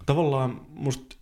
tavallaan musta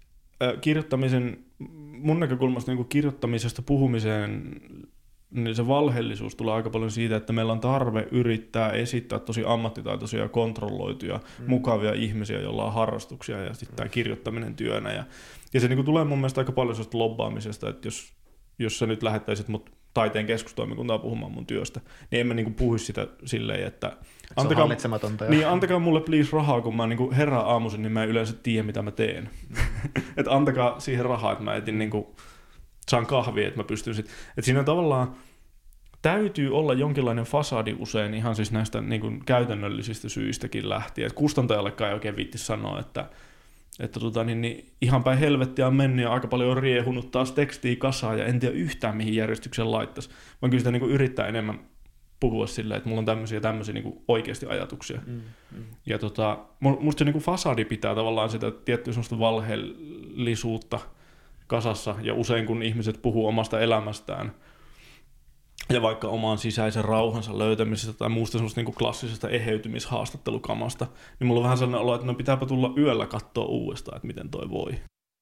mun näkökulmasta niin kuin kirjoittamisesta puhumiseen, niin se valheellisuus tulee aika paljon siitä, että meillä on tarve yrittää esittää tosi ammattitaitoisia, kontrolloituja, mukavia ihmisiä, joilla on harrastuksia ja sitten tämä kirjoittaminen työnä. Ja se niin kuin tulee mun mielestä aika paljon sellaista lobbaamisesta, että jos sä nyt lähettäisit mut taiteen keskustoimikuntaa puhumaan mun työstä, niin en mä niin kuin puhuisi sitä silleen, että antakaa mulle please rahaa, kun mä niin kuin herään aamuisin, niin mä en yleensä tiedä, mitä mä teen. Että antakaa siihen rahaa, että mä etin niin kuin saan kahvia, että mä pystyn sitten. Että siinä tavallaan täytyy olla jonkinlainen fasadi usein ihan siis näistä niin kuin käytännöllisistä syistäkin lähtien. Että kustantajallekaan ei oikein viitti sanoa, että ihan päin helvettiä on mennyt ja aika paljon on riehunut taas tekstiä kasaan ja en tiedä yhtään mihin järjestyksen laittaisi. Vaan kyllä sitä niin kuin yrittää enemmän puhua silleen, että mulla on tämmöisiä niin kuin oikeasti ajatuksia. Ja musta se niin kuin fasadi pitää tavallaan sitä tiettyä semmoista valheellisuutta kasassa, ja usein kun ihmiset puhuu omasta elämästään ja vaikka oman sisäisen rauhansa löytämisestä tai muusta semmoista niin kuin klassisesta eheytymishaastattelukamasta, niin mulla on vähän sellainen olo, että no pitääpä tulla yöllä katsoa uudestaan, että miten toi voi.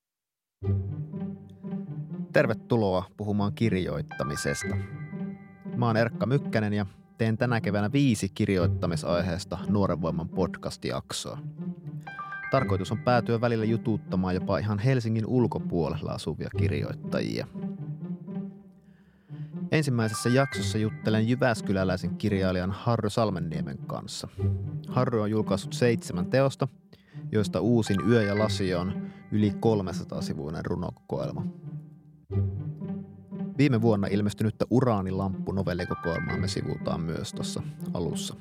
Tervetuloa puhumaan kirjoittamisesta. Mä oon Erkka Mykkänen ja teen tänä keväänä 5 kirjoittamisaiheesta Nuoren Voiman podcast-jaksoa. Tarkoitus on päätyä välillä jutuuttamaan jopa ihan Helsingin ulkopuolella asuvia kirjoittajia. Ensimmäisessä jaksossa juttelen jyväskyläläisen kirjailijan Harry Salmenniemen kanssa. Harry on julkaissut 7 teosta, joista uusin Yö ja lasi on yli 300-sivuinen runokokoelma. Viime vuonna ilmestynyttä Uraanilamppu-novellikokoelmaa me sivutaan myös tuossa alussa.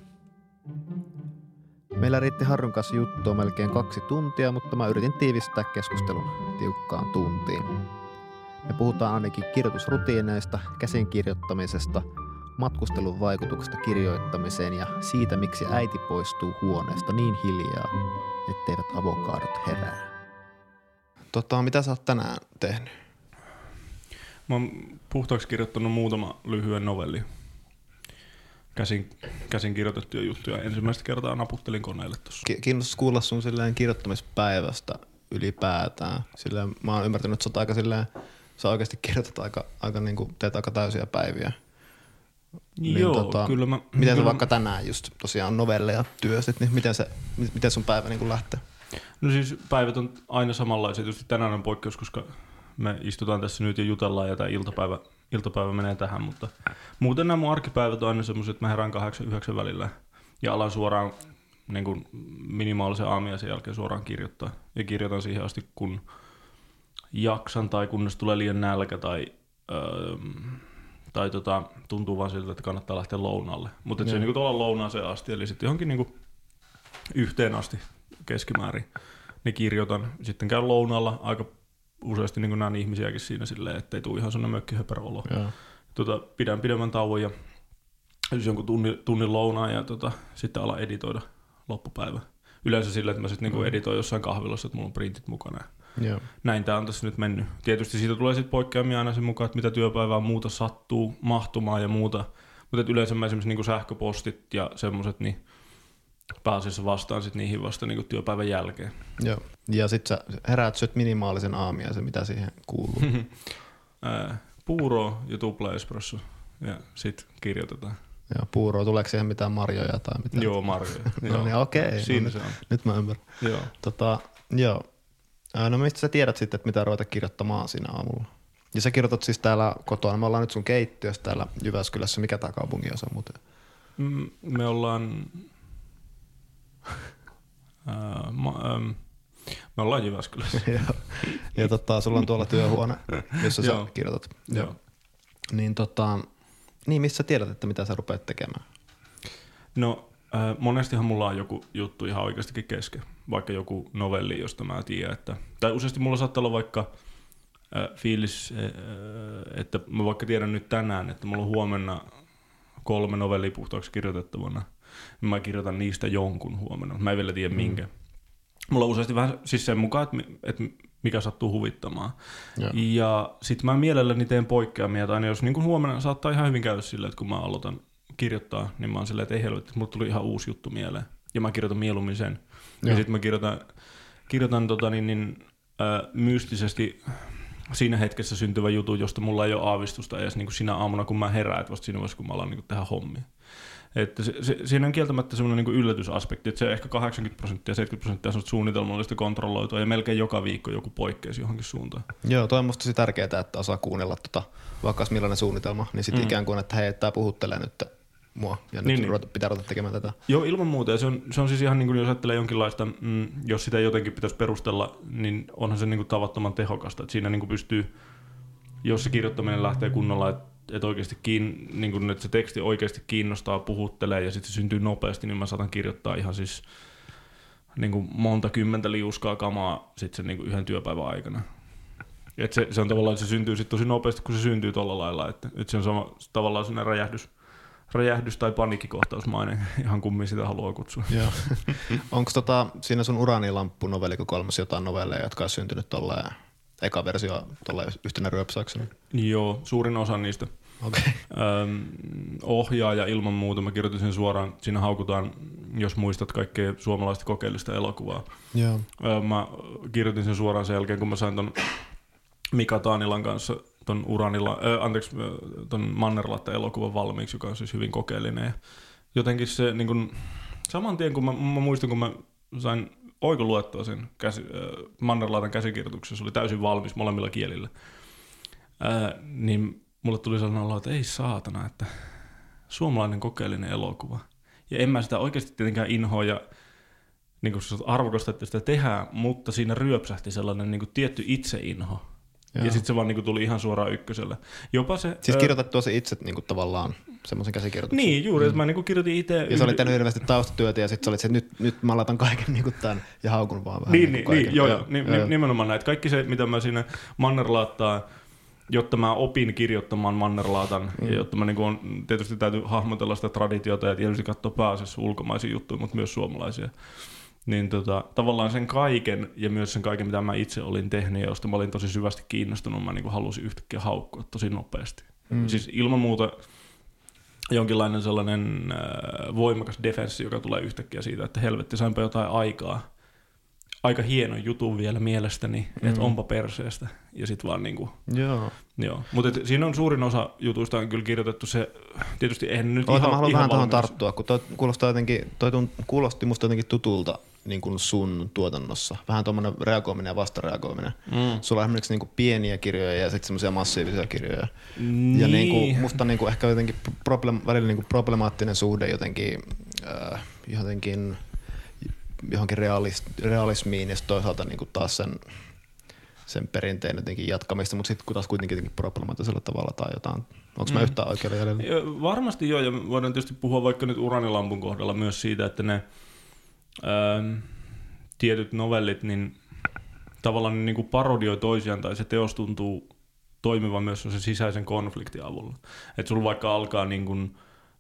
Meillä riitti Harryn kanssa juttua melkein 2 tuntia, mutta mä yritin tiivistää keskustelun tiukkaan tuntiin. Me puhutaan ainakin kirjoitusrutiineista, käsinkirjoittamisesta, matkustelun vaikutuksesta kirjoittamiseen ja siitä, miksi äiti poistuu huoneesta niin hiljaa, etteivät avokaadot herää. Mitä sä oot tänään tehnyt? Mä oon puhtaaksi kirjoittanut muutama lyhyen novelli. Käsin kirjoitettuja juttuja. Ensimmäistä kertaa naputtelin koneelle tuossa. Kiinnostaa kuulla sun silleen kirjoittamispäivästä ylipäätään. Silleen, mä oon ymmärtänyt, että sä oikeasti kirjoitat aika niin kuin, teet aika täysiä päiviä. Joo, kyllä mä... Miten sä vaikka tänään just tosiaan novelleja työstit, niin miten sun päivä niin kuin lähtee? No siis päivät on aina samanlaisia. Tietysti tänään on poikkeus, koska me istutaan tässä nyt ja jutellaan ja tämä iltapäivä menee tähän, mutta muuten nämä mun arkipäivät on aina semmoiset, että mä herään 8-9 välillä ja alan suoraan niin kuin minimaalisen aamiaisen jälkeen suoraan kirjoittaa. Ja kirjoitan siihen asti, kun jaksan tai kunnes tulee liian nälkä tai tuntuu vaan siltä, että kannattaa lähteä lounaalle. Mutta se ei niin olla lounaaseen asti, eli sitten johonkin niin yhteen asti keskimäärin niin kirjoitan. Sitten käyn lounaalla aika useasti niin näen ihmisiäkin siinä silleen, ettei tule ihan sellainen mökkihöperä-olo. Pidän pidemmän tauon ja siis jonkun tunnin lounaan ja sitten alan editoida loppupäivä. Yleensä sillä, että mä sitten niin editoin jossain kahvilassa, että mulla on printit mukana. Joo. Näin tää on tässä nyt mennyt. Tietysti siitä tulee sitten poikkeamia aina sen mukaan, että mitä työpäivää muuta sattuu, mahtumaan ja muuta. Mutta yleensä mä esimerkiksi niin sähköpostit ja semmoiset, niin pääasiassa vastaan sit niihin vasta niin työpäivän jälkeen. Joo. Ja sit sä heräät syöt minimaalisen aamiaisen, mitä siihen kuuluu? Puuroa ja tupla espresso ja sit kirjoitetaan. Joo, puuroa. Tuleeko siihen mitään marjoja tai mitään? Joo, marjoja. No niin, okei. Siinä se on. Nyt mä ymmärrän. Joo. Joo. No mistä sä tiedät sitten, että mitä ruveta kirjoittamaan siinä aamulla? Ja sä kirjoitat siis täällä kotona. Me ollaan nyt sun keittiössä täällä Jyväskylässä. Mikä tää kaupunginosa muuten? Me ollaan... Me ollaan Jyväskylässä. Ja sulla on tuolla työhuone, jossa sä kirjoitat. Joo. Niin mistä sä tiedät, että mitä sä rupeat tekemään? No monestihan mulla on joku juttu ihan oikeastikin kesken. Vaikka joku novelli, josta mä tiedän. Tai useasti mulla saattaa olla vaikka fiilis, että mä vaikka tiedän nyt tänään, että mulla on huomenna 3 novellia puhtaaksi kirjoitettavana. Mä kirjoitan niistä jonkun huomenna. Mä en vielä tiedä minkä. Mulla on useasti vähän siis sen mukaan, että mikä sattuu huvittamaan. Ja sit mä mielelläni teen poikkeamia. Tai aina jos niin huomenna saattaa ihan hyvin käydä silleen, että kun mä aloitan kirjoittaa, niin mä oon silleen, että ei helvetti, mulle tuli ihan uusi juttu mieleen. Ja mä kirjoitan mieluummin sen. Ja sit mä kirjoitan kirjoitan mystisesti siinä hetkessä syntyvä jutu, josta mulla ei ole aavistusta edes niin kuin sinä aamuna, kun mä herään, vasta siinä vaiheessa, kun mä alan niin kuin tehdä hommia. Että siinä on kieltämättä semmoinen niin yllätysaspekti, että se ehkä 80% 70% on suunnitelmallista kontrolloitua ja melkein joka viikko joku poikkeisi johonkin suuntaan. Joo, toi on musta tosi tärkeää, että osaa kuunnella vaikka millainen suunnitelma, niin sitten ikään kuin, että hei, tää puhuttelee nyt mua ja nyt pitää ruveta tekemään tätä. Joo, ilman muuta. Ja se on siis ihan niin kuin, jos ajattelee jonkinlaista, jos sitä jotenkin pitäisi perustella, niin onhan se niin kuin tavattoman tehokasta. Että siinä niin kuin pystyy, jos se kirjoittaminen lähtee kunnolla, että oikeasti niin kuin, että se teksti oikeasti kiinnostaa, puhuttelee ja sitten se syntyy nopeasti, niin mä saatan kirjoittaa ihan siis niin kuin monta kymmentä liuskaa kamaa sitten sen niin kuin yhden työpäivän aikana. Et se on tavallaan, että se syntyy sitten tosi nopeasti, kun se syntyy tolla lailla, että se on sama, tavallaan sellainen räjähdys tai paniikkikohtausmainen, ihan kummin sitä haluaa kutsua. Joo. Onko siinä sun Uraanilamppu-novellikokoelmassa jotain novelleja, jotka on syntynyt tolleen eka versio tolleen yhtenä ryöpsäyksellä? Joo, suurin osa niistä. Okay. Ohjaaja ilman muuta, mä kirjoitin sen suoraan, siinä haukutaan, jos muistat kaikkea suomalaista kokeellista elokuvaa. Joo. Mä kirjoitin sen suoraan sen jälkeen, kun mä sain ton Mika Taanilan kanssa ton Mannerlaatta-elokuvan valmiiksi, joka on siis hyvin kokeellinen. Ja jotenkin se niin kun, saman tien, kun mä muistan, kun mä sain oikoluettua sen Mannerlaatan käsikirjoituksen, se oli täysin valmis molemmilla kielillä, niin mulle tuli sellainen olo, että ei saatana, että suomalainen kokeellinen elokuva. Ja en mä sitä oikeasti tietenkään inhoa ja niin kun se on arvokasta, että sitä tehdään, mutta siinä ryöpsähti sellainen niin kun tietty itseinho. Joo. Ja sitten se vaan niinku tuli ihan suoraan ykkösellä. Jopa se, siis kirjoitat tuossa itse niinku tavallaan semmoisen käsikirjoituksen. Niin, juuri, että mä niinku kirjoitin itse. Ja sä olit tehnyt ilmeisesti taustatyötä ja sitten sä olit se, että nyt mä laitan kaiken niinku tämän ja haukun vaan vähän. Nimenomaan näin. Kaikki se, mitä mä siinä Mannerlaattaa, jotta mä opin kirjoittamaan Mannerlaatan, ja jotta mä niinku tietysti täytyy hahmotella sitä traditiota ja tietysti katsoa pääasiassa ulkomaisia juttuja, mutta myös suomalaisia. Niin tavallaan sen kaiken ja myös sen kaiken, mitä mä itse olin tehnyt ja josta mä olin tosi syvästi kiinnostunut, mä niinku halusin yhtäkkiä haukkua tosi nopeasti. Siis ilman muuta jonkinlainen sellainen voimakas defenssi, joka tulee yhtäkkiä siitä, että helvetti, sainpa jotain aikaa. Aika hieno jutun vielä mielestäni, että onpa perseestä. Ja sit vaan niinku. Joo. Mutta siinä on suurin osa jutuista on kyllä kirjoitettu se, tietysti eihän nyt mä haluan vähän tuohon tarttua, kun kuulosti musta jotenkin tutulta niin kuin sun tuotannossa. Vähän tuommoinen reagoiminen ja vastareagoiminen. Sulla on esimerkiksi niin kuin pieniä kirjoja ja sitten semmoisia massiivisia kirjoja. Niin. Ja niin kuin, musta niin kuin ehkä jotenkin välillä niin kuin problemaattinen suhde jotenkin johonkin realismiin ja toisaalta niin kuin taas sen perinteen jotenkin jatkamista, mutta sitten taas kuitenkin problemaattisella tavalla tai jotain. Onko mä yhtään oikealla jäljellä? Varmasti joo, ja voidaan tietysti puhua vaikka nyt Uraanilampun kohdalla myös siitä, että ne tietyt novellit niin tavallaan niin kuin parodioi toisiaan tai se teos tuntuu toimivan myös sen sisäisen konfliktin avulla. Että sulla vaikka alkaa niin kuin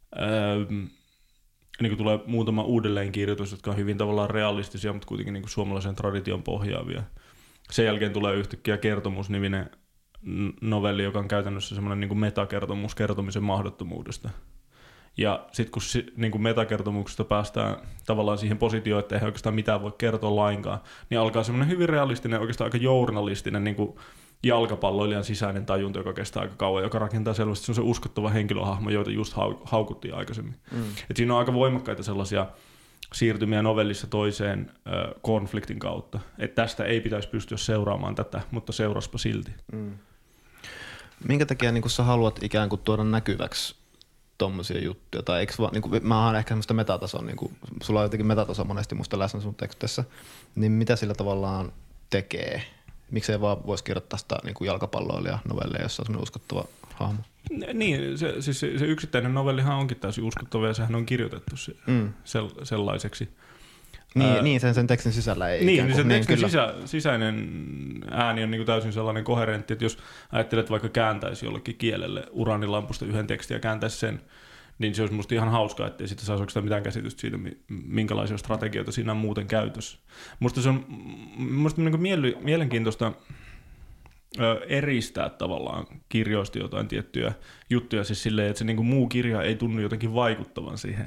tulee muutama uudelleenkirjoitus, jotka on hyvin tavallaan realistisia, mutta kuitenkin niin kuin suomalaisen tradition pohjaavia. Sen jälkeen tulee yhtäkkiä Kertomus-niminen novelli, joka on käytännössä semmoinen niin kuin metakertomus kertomisen mahdottomuudesta. Ja sitten kun niin kuin metakertomuksesta päästään tavallaan siihen positioon, että ei oikeastaan mitään voi kertoa lainkaan, niin alkaa semmoinen hyvin realistinen, oikeastaan aika journalistinen niin kuin jalkapalloilijan sisäinen tajunta, joka kestää aika kauan, joka rakentaa selvästi semmoisen uskottava henkilöhahmo, joita just haukuttiin aikaisemmin. Et siinä on aika voimakkaita sellaisia siirtymiä novellissa toiseen konfliktin kautta. Että tästä ei pitäisi pystyä seuraamaan tätä, mutta seuraspa silti. Minkä takia niin kun sä haluat ikään kuin tuoda näkyväksi tommosia juttuja? Tai eikö vaan, niin kuin, mä oon ehkä semmoista metatasoa, niin kuin, sulla on jotenkin metatasoa monesti musta läsnä sun tekstissä, niin mitä sillä tavallaan tekee? Miksei vaan voisi kirjoittaa sitä niin kuin jalkapalloilija-novelleja, jossa on semmoinen uskottava hahmo? Niin, se yksittäinen novellihan onkin täysin uskottava ja sehän on kirjoitettu sellaiseksi. Niin, sen tekstin sisällä ei niin, sen tekstin sisäinen ääni on niin kuin täysin sellainen koherentti, että jos ajattelet vaikka kääntäisi jollekin kielelle Uraanilampusta yhden tekstin ja kääntäisi sen, niin se olisi musta ihan hauskaa, ettei siitä saisi oikeastaan mitään käsitystä siitä, minkälaisia strategioita siinä on muuten käytössä. Musta se on niin kuin mielenkiintoista eristää tavallaan kirjoista jotain tiettyjä juttuja siis silleen, että se niin kuin muu kirja ei tunnu jotenkin vaikuttavan siihen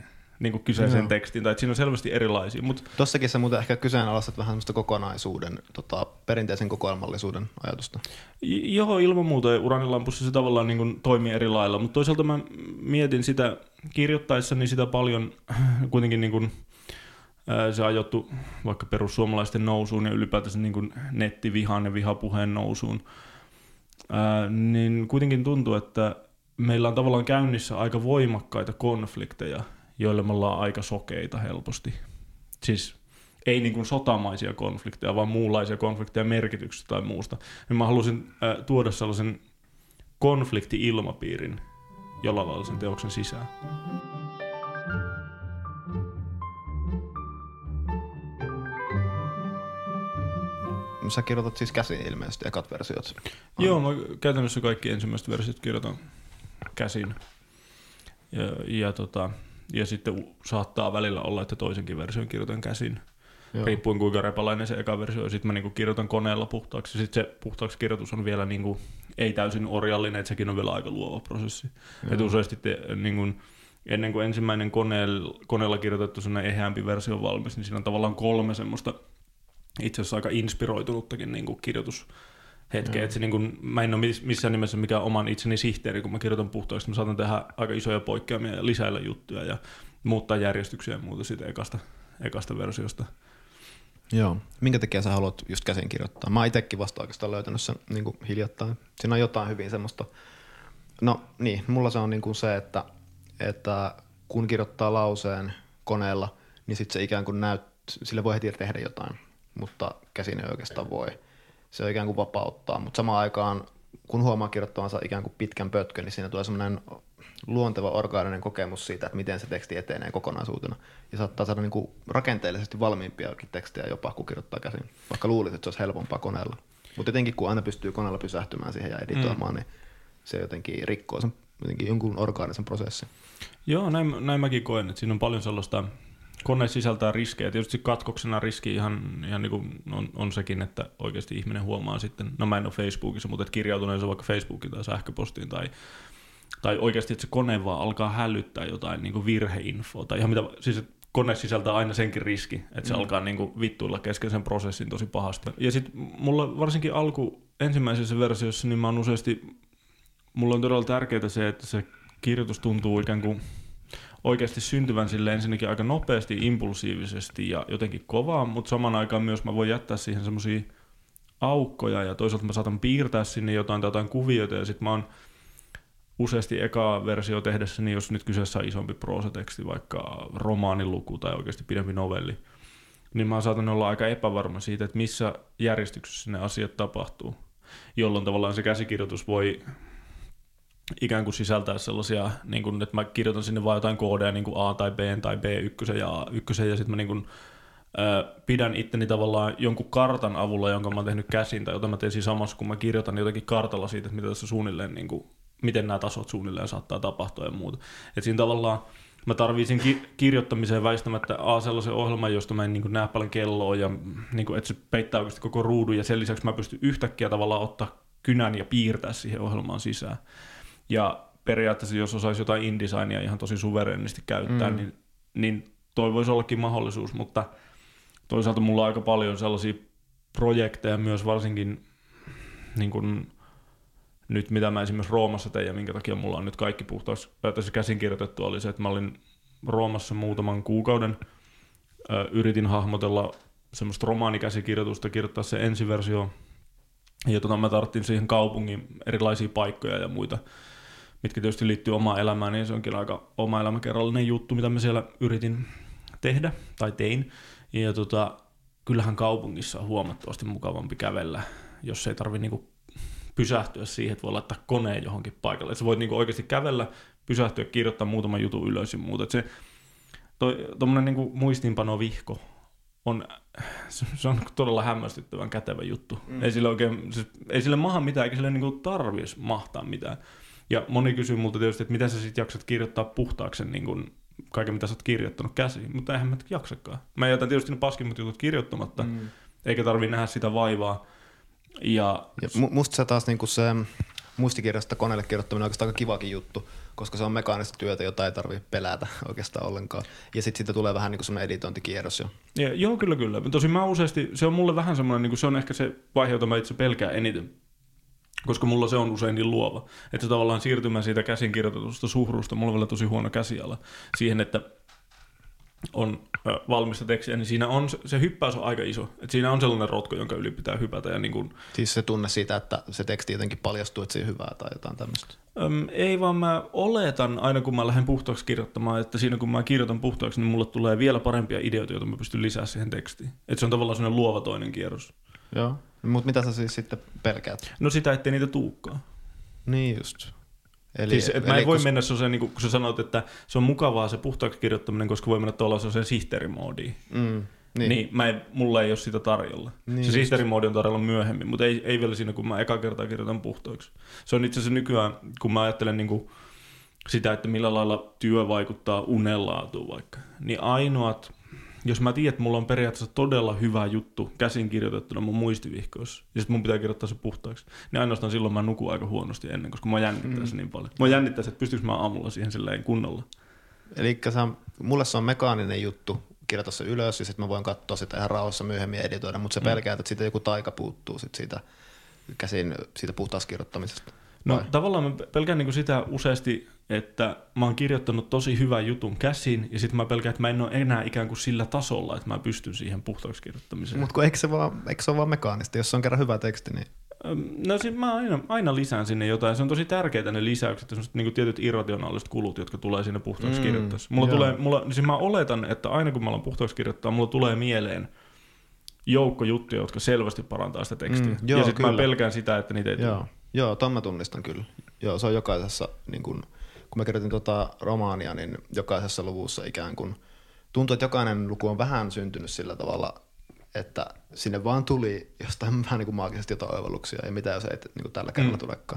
niin kuin kyseiseen tekstiin, tai että siinä on selvästi erilaisia. Tossakin sä muuten ehkä kyseenalaistat vähän semmoista kokonaisuuden, perinteisen kokoelmallisuuden ajatusta. Joo, ilman muuta Uraanilampussa se tavallaan niin kuin toimii eri lailla, mutta toisaalta mä mietin sitä kirjoittaessani sitä paljon kuitenkin niin kuin, se ajoittu vaikka perussuomalaisten nousuun ja ylipäätänsä niin kuin nettivihan ja vihapuheen nousuun, niin kuitenkin tuntuu, että meillä on tavallaan käynnissä aika voimakkaita konflikteja, joille me ollaan aika sokeita helposti. Siis ei niin kuin sotamaisia konflikteja, vaan muunlaisia konflikteja merkityksestä tai muusta. Ja mä halusin tuoda sellaisen konflikti-ilmapiirin jollain lailla sen teoksen sisään. Sä kirjoitat siis käsin ilmeisesti ekat versiot. Joo, mä käytännössä kaikki ensimmäiset versiot kirjoitan käsin. Ja sitten saattaa välillä olla, että toisenkin version kirjoitan käsin. Joo. Riippuen kuinka repalainen se eka versio on. Sitten mä niinku kirjoitan koneella puhtaaksi. Sitten se puhtaaksi kirjoitus on vielä niinku, ei täysin orjallinen, että sekin on vielä aika luova prosessi. Että useasti niinku, ennen kuin ensimmäinen koneella kirjoitettu sellainen eheämpi versio on valmis, niin siinä on tavallaan 3 semmoista itse asiassa aika inspiroitunuttakin niin kuin kirjoitushetkeä. Että se, niin kuin, mä en ole missään nimessä mikään oman itseni sihteeri, kun mä kirjoitan puhtaaksi. Mä saatan tehdä aika isoja poikkeamia ja lisäillä juttuja ja muuttaa järjestyksiä ja muuta siitä ekasta versiosta. Joo. Minkä takia sä haluat just käsin kirjoittaa? Mä oon itsekin vasta oikeastaan löytänyt sen niin kuin hiljattain. Siinä on jotain hyvin semmoista. No niin, mulla se on niin kuin se, että kun kirjoittaa lauseen koneella, niin sitten se ikään kuin sille voi heti tehdä jotain, mutta käsin ei oikeastaan voi. Se on ikään kuin vapauttaa, mutta samaan aikaan, kun huomaa kirjoittavansa ikään kuin pitkän pötkön, niin siinä tulee semmoinen luonteva, orgaaninen kokemus siitä, että miten se teksti etenee kokonaisuutena. Ja saattaa saada niin kuin rakenteellisesti valmiimpiakin tekstejä jopa, kun kirjoittaa käsin, vaikka luulisi, että se olisi helpompaa koneella. Mutta jotenkin, kun aina pystyy koneella pysähtymään siihen ja editoimaan, niin se jotenkin rikkoo sen jotenkin jonkun orgaanisen prosessin. Joo, näin mäkin koen, että siinä on paljon sellaista. Kone sisältää riskejä. Tietysti katkoksena riski ihan niin kuin on sekin, että oikeasti ihminen huomaa sitten, no mä en ole Facebookissa, mutta kirjautuneensa vaikka Facebookiin tai sähköpostiin tai oikeasti, että se kone vaan alkaa hälyttää jotain niin kuin virheinfoa tai ihan mitä, siis kone sisältää aina senkin riski, että se alkaa niin kuin vittuilla kesken sen prosessin tosi pahasti. Ja sitten mulla varsinkin ensimmäisessä versiossa, niin mulla on todella tärkeää se, että se kirjoitus tuntuu ikään kuin oikeasti syntyvän sille ensinnäkin aika nopeasti, impulsiivisesti ja jotenkin kovaa, mutta saman aikaan myös mä voin jättää siihen semmosia aukkoja ja toisaalta mä saatan piirtää sinne jotain kuvioita ja sitten mä oon useasti ekaa versio tehdessä, niin jos nyt kyseessä on isompi proosateksti, vaikka romaaniluku tai oikeasti pidempi novelli, niin mä saatan olla aika epävarma siitä, että missä järjestyksessä ne asiat tapahtuu, jolloin tavallaan se käsikirjoitus voi ikään kuin sisältää sellaisia, niin kuin, että mä kirjoitan sinne vaan jotain koodeja niin kuin A tai B tai B1 ja A1 ja sitten mä niin kuin, pidän itteni tavallaan jonkun kartan avulla, jonka mä oon tehnyt käsin tai jota mä teen samassa, kun mä kirjoitan jotakin kartalla siitä, että mitä tässä suunnilleen, niin kuin, miten nämä tasot suunnilleen saattaa tapahtua ja muuta. Että siinä tavallaan mä tarvitsin kirjoittamiseen väistämättä sellaisen ohjelman, josta mä en niin kuin näe paljon kelloa ja niin kuin, että se peittää oikeasti koko ruudun ja sen lisäksi mä pystyn yhtäkkiä tavallaan ottaa kynän ja piirtää siihen ohjelmaan sisään. Ja periaatteessa, jos osaisi jotain InDesignia ihan tosi suvereenisti käyttää, niin toi voisi ollakin mahdollisuus, mutta toisaalta mulla on aika paljon sellaisia projekteja myös varsinkin niin kuin nyt, mitä mä esimerkiksi Roomassa tein ja minkä takia mulla on nyt kaikki puhtaaksi tässä käsin kirjoitettu, oli se, että mä olin Roomassa muutaman kuukauden, yritin hahmotella semmoista romaanikäsikirjoitusta, kirjoittaa se ensiversio, ja mä tarvitsin siihen kaupungin erilaisia paikkoja ja muita, mitkä tietysti liittyy omaan elämään, niin se onkin aika oma elämäkerrallinen juttu, mitä mä siellä yritin tehdä tai tein. Ja kyllähän kaupungissa on huomattavasti mukavampi kävellä, jos ei tarvitse niinku pysähtyä siihen, että voi laittaa koneen johonkin paikalle. Et sä voit niinku oikeasti kävellä, pysähtyä, kirjoittaa muutaman jutun ylös ja muuta. Et se tommonen niinku muistiinpanovihko se on todella hämmästyttävän kätevä juttu. Ei sille maha mitään, eikä sille niinku tarvitsisi mahtaa mitään. Ja moni kysyy multa tietysti, että miten sä sit jaksat kirjoittaa puhtaaksi niin kaiken, mitä sä oot kirjoittanut käsiin. Mutta eihän mä jaksakaan. Mä jätän tietysti ne paskimmat jutut kirjoittamatta, eikä tarvii nähdä sitä vaivaa. Ja musta se taas niinku se muistikirjasta koneelle kirjoittaminen on oikeastaan aika kivakin juttu, koska se on mekaanista työtä, jota ei tarvitse pelätä oikeastaan ollenkaan. Ja sitten siitä tulee vähän niin kuin semmoinen editointikierros jo. Joo, kyllä. Tosin mä useasti, se on mulle vähän semmoinen, niin kuin se on ehkä se vaihe, jota mä itse pelkään eniten. Koska mulla se on usein niin luova. Että se tavallaan siirtymään siitä käsinkirjoitetusta suhrusta, mulla on vielä tosi huono käsiala, siihen, että on valmista tekstiä, niin siinä on, se hyppäys on aika iso. Että siinä on sellainen rotko, jonka yli pitää hypätä. Ja niin kuin, siis se tunne siitä, että se teksti jotenkin paljastuu, että se on hyvää tai jotain tämmöistä. Ei vaan mä oletan aina, kun mä lähden puhtaaksi kirjoittamaan, että siinä kun mä kirjoitan puhtaaksi, niin mulle tulee vielä parempia ideoita, joita mä pystyn lisää siihen tekstiin. Että se on tavallaan sellainen luova toinen kierros. Joo, mutta mitä sä siis sitten pelkäät? No sitä, ettei niitä tuukkaa. Niin just. Siis, mä en voi mennä sellaiseen, niin kun sä sanot, että se on mukavaa se puhtaaksi kirjoittaminen, koska voi mennä tuolla sellaiseen sihteerimoodiin. Niin mulla ei ole sitä tarjolla. Niin se sihteerimoodi on tarjolla myöhemmin, mutta ei vielä siinä, kun mä eka kertaa kirjoitan puhtaaksi. Se on itse asiassa nykyään, kun mä ajattelen niin kuin sitä, että millä lailla työ vaikuttaa unenlaatuun vaikka, niin ainoat, jos mä tiedän, että mulla on periaatteessa todella hyvä juttu käsin kirjoitettuna mun muistivihkoissa, ja sitten mun pitää kirjoittaa se puhtaaksi, niin ainoastaan silloin mä nukun aika huonosti ennen, koska mua jännittää se niin paljon. Mua jännittää se, että pystyykö mä aamulla siihen silleen kunnolla. Eli mulle se on mekaaninen juttu, kirjoita se ylös, ja sitten mä voin katsoa sitä ihan rauhassa myöhemmin ja editoida, mutta se pelkää, että siitä joku taika puuttuu siitä puhtaasta kirjoittamisesta. No tavallaan mä pelkään niin kuin sitä useasti, että mä oon kirjoittanut tosi hyvän jutun käsin, ja sitten mä pelkään, että mä en ole enää ikään kuin sillä tasolla, että mä pystyn siihen puhtaaksi kirjoittamiseen. Mutta eikö se ole vaan mekaanista, jos se on kerran hyvä teksti, niin... No mä aina lisään sinne jotain, se on tosi tärkeää ne lisäykset, sellaiset niin kuin tietyt irrationaaliset kulut, jotka tulee sinne puhtaaksi kirjoittaessa. Siis mä oletan, että aina kun mä alan puhtaaksi kirjoittaa, mulla tulee mieleen joukko juttuja, jotka selvästi parantaa sitä tekstiä. Ja sitten mä pelkään sitä, että niitä ei tule. Joo, ton mä tunnistan kyllä. Joo, se on jokaisessa, niin kun mä kirjoitin romaania, niin jokaisessa luvussa ikään kuin tuntuu, että jokainen luku on vähän syntynyt sillä tavalla, että sinne vaan tuli jostain vähän niin kuin maagisesti jotain oivalluksia, ja mitä jos ei niin kuin tällä kerralla tulekaan.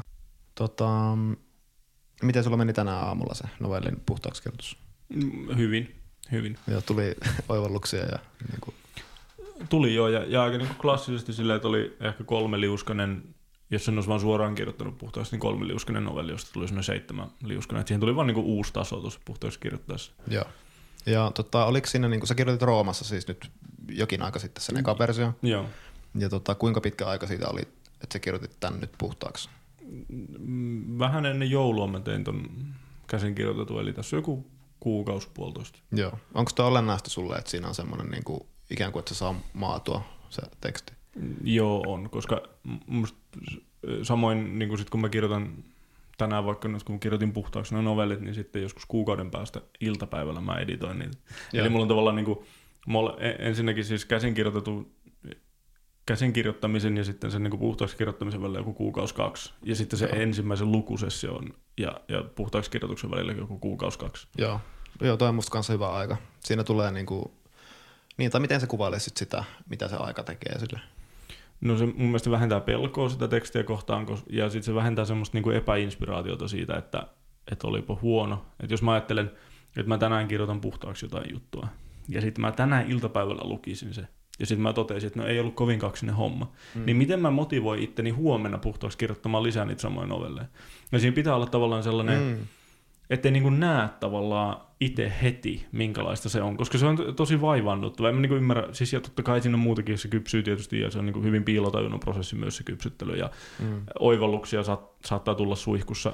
Miten sulla meni tänään aamulla se novellin puhtaaksi kirjoitus? Hyvin. Joo, tuli oivalluksia ja niin kuin... Tuli joo, ja aika niin kuin klassisesti silleen, että oli ehkä 3-liuskainen, jos sen olisi vaan suoraan kirjoittanut puhtaaksi, niin 3-liuskainen novelli, josta tuli semmoinen 7-liuskainen. Siihen tuli vaan niin kuin uusi taso tuossa puhtaaksi kirjoittaessa. Joo. Ja oliko siinä, niin kuin sä kirjoitit Roomassa siis nyt jokin aika sitten sen eka versio? Joo. Ja kuinka pitkä aika siitä oli, että sä kirjoitit tän nyt puhtaaksi? Vähän ennen joulua mä tein ton käsin kirjoitetun, eli tässä on joku kuukausi puolitoista. Joo. Onko toi olennaista sulle, että siinä on semmoinen niin kuin, ikään kuin, että se saa maatua se teksti? Joo, on, koska musta samoin niin kuin sit kun mä kirjoitan tänään vaikka nyt, kun kirjoitin puhtaaksi ne novellit, niin sitten joskus kuukauden päästä iltapäivällä mä editoin niitä. Joo. Eli mulla on tavallaan niin kuin, ensinnäkin siis käsin kirjoittamisen ja sitten sen niin kuin puhtaaksi kirjoittamisen välillä joku kuukausi 2. Ja sitten se ensimmäisen lukusession ja puhtaaksi kirjoituksen välillä joku kuukausi 2. Joo, toi on musta kanssa hyvä aika. Siinä tulee tai miten se kuvailisit sitä, mitä se aika tekee sille? No se mun mielestä vähentää pelkoa sitä tekstiä kohtaan, ja sitten se vähentää semmoista niinku epäinspiraatiota siitä, että olipa huono. Että jos mä ajattelen, että mä tänään kirjoitan puhtaaksi jotain juttua, ja sitten mä tänään iltapäivällä lukisin se, ja sitten mä totesin, että no ei ollut kovin kaksinen homma, niin miten mä motivoin itteni huomenna puhtaaksi kirjoittamaan lisää niitä samoja novelleja? Ja siinä pitää olla tavallaan sellainen... Ettei niinku näe tavallaan itse heti, minkälaista se on, koska se on tosi vaivannuttava. En mä niinku ymmärrä, siis ja totta kai siinä on muutakin, se kypsyy tietysti, ja se on niinku hyvin piilotajunnan prosessi myös se kypsyttely, ja oivalluksia saattaa tulla suihkussa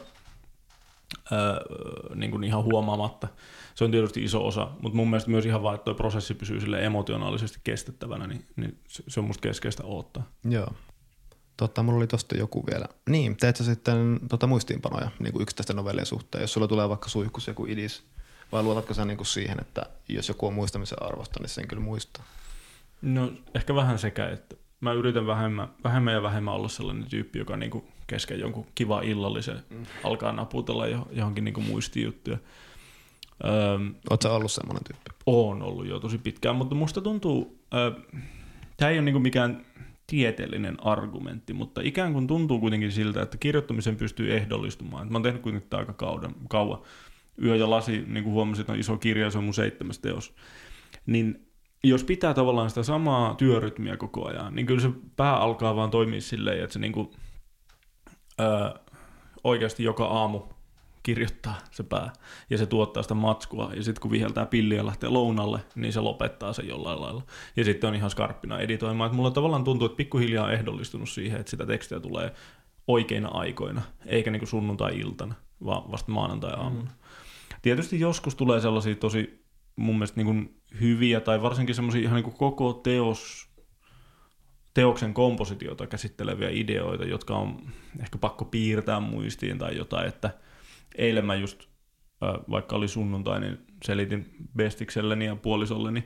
niinku ihan huomaamatta. Se on tietysti iso osa, mutta mun mielestä myös ihan vaan, että toi prosessi pysyy sille emotionaalisesti kestettävänä, niin se on musta keskeistä odottaa. Joo. Mulla oli tosta joku vielä. Niin, teet sä sitten muistiinpanoja niin kuin yksittäisten novellien suhteen, jos sulla tulee vaikka suihkus joku idis, vai luotatko sä niin kuin siihen, että jos joku on muistamisen arvosta, niin sen kyllä muistaa? No ehkä vähän sekä, että mä yritän vähemmän ja vähemmän olla sellainen tyyppi, joka niin kuin kesken jonkun kiva illallisen alkaa naputella johonkin niin kuin muistijuttuja. Ootko sä ollut semmoinen tyyppi? Oon ollut jo tosi pitkään, mutta musta tuntuu, tää ei ole niin kuin mikään tieteellinen argumentti, mutta ikään kuin tuntuu kuitenkin siltä, että kirjoittamisen pystyy ehdollistumaan. Mä oon tehnyt kuitenkin aika kauan. Yö ja lasi, niin kuin huomasin, että on iso kirja, se on mun 7. teos. Niin jos pitää tavallaan sitä samaa työrytmiä koko ajan, niin kyllä se pää alkaa vaan toimia silleen, että se niin kuin, oikeasti joka aamu kirjoittaa se pää ja se tuottaa sitä matskua ja sitten kun viheltää pilliä ja lähtee lounalle, niin se lopettaa sen jollain lailla. Ja sitten on ihan skarppina editoimaan. Et mulla tavallaan tuntuu, että pikkuhiljaa on ehdollistunut siihen, että sitä tekstiä tulee oikeina aikoina, eikä niinku sunnuntai-iltana, vaan vasta maanantai-aamuna. Tietysti joskus tulee sellaisia tosi mun mielestä niinku hyviä tai varsinkin semmoisia ihan niinku koko teoksen kompositiota käsitteleviä ideoita, jotka on ehkä pakko piirtää muistiin tai jotain, että eilen mä just, vaikka oli sunnuntai, niin selitin bestikselleni ja puolisolleni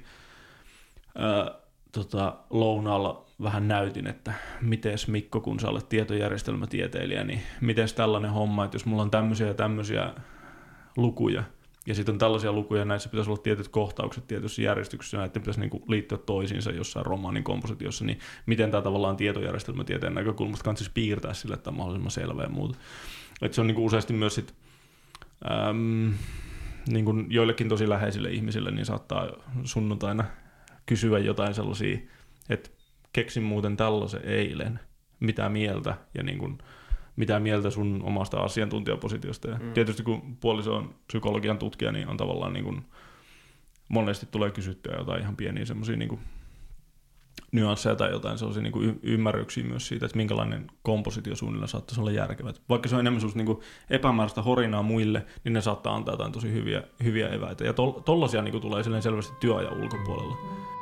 lounaalla vähän näytin, että mites Mikko, kun sä olet tietojärjestelmätieteilijä, niin mites tällainen homma, että jos mulla on tämmöisiä ja tämmöisiä lukuja, ja sitten on tällaisia lukuja, näissä pitäisi olla tietyt kohtaukset tietyssä järjestyksessä, näiden pitäisi niinku liittyä toisiinsa jossain romaanin kompositiossa, niin miten tämä tavallaan tietojärjestelmätieteen näkökulmasta kannattaisi piirtää sille, että on mahdollisimman selvä ja muuta. Että se on niinku useasti myös sit, niin kuin joillekin tosi läheisille ihmisille niin saattaa sunnuntaina kysyä jotain sellaisia, että keksin muuten tällaisen eilen, mitä mieltä ja niin kuin, mitä mieltä sun omasta asiantuntijapositiosta. Ja tietysti kun puoliso on psykologian tutkija, niin on tavallaan niin kuin, monesti tulee kysyttyä jotain ihan pieniä semmoisia niin kuin nyansseja tai jotain sellaisia niin kuin ymmärryksiä myös siitä, että minkälainen kompositio suunnilleen saattaisi olla järkevä. Vaikka se on enemmän sellaista niin kuin epämääräistä horinaa muille, niin ne saattaa antaa jotain tosi hyviä eväitä. Ja tollaisia niin kuin tulee selvästi työajan ulkopuolella.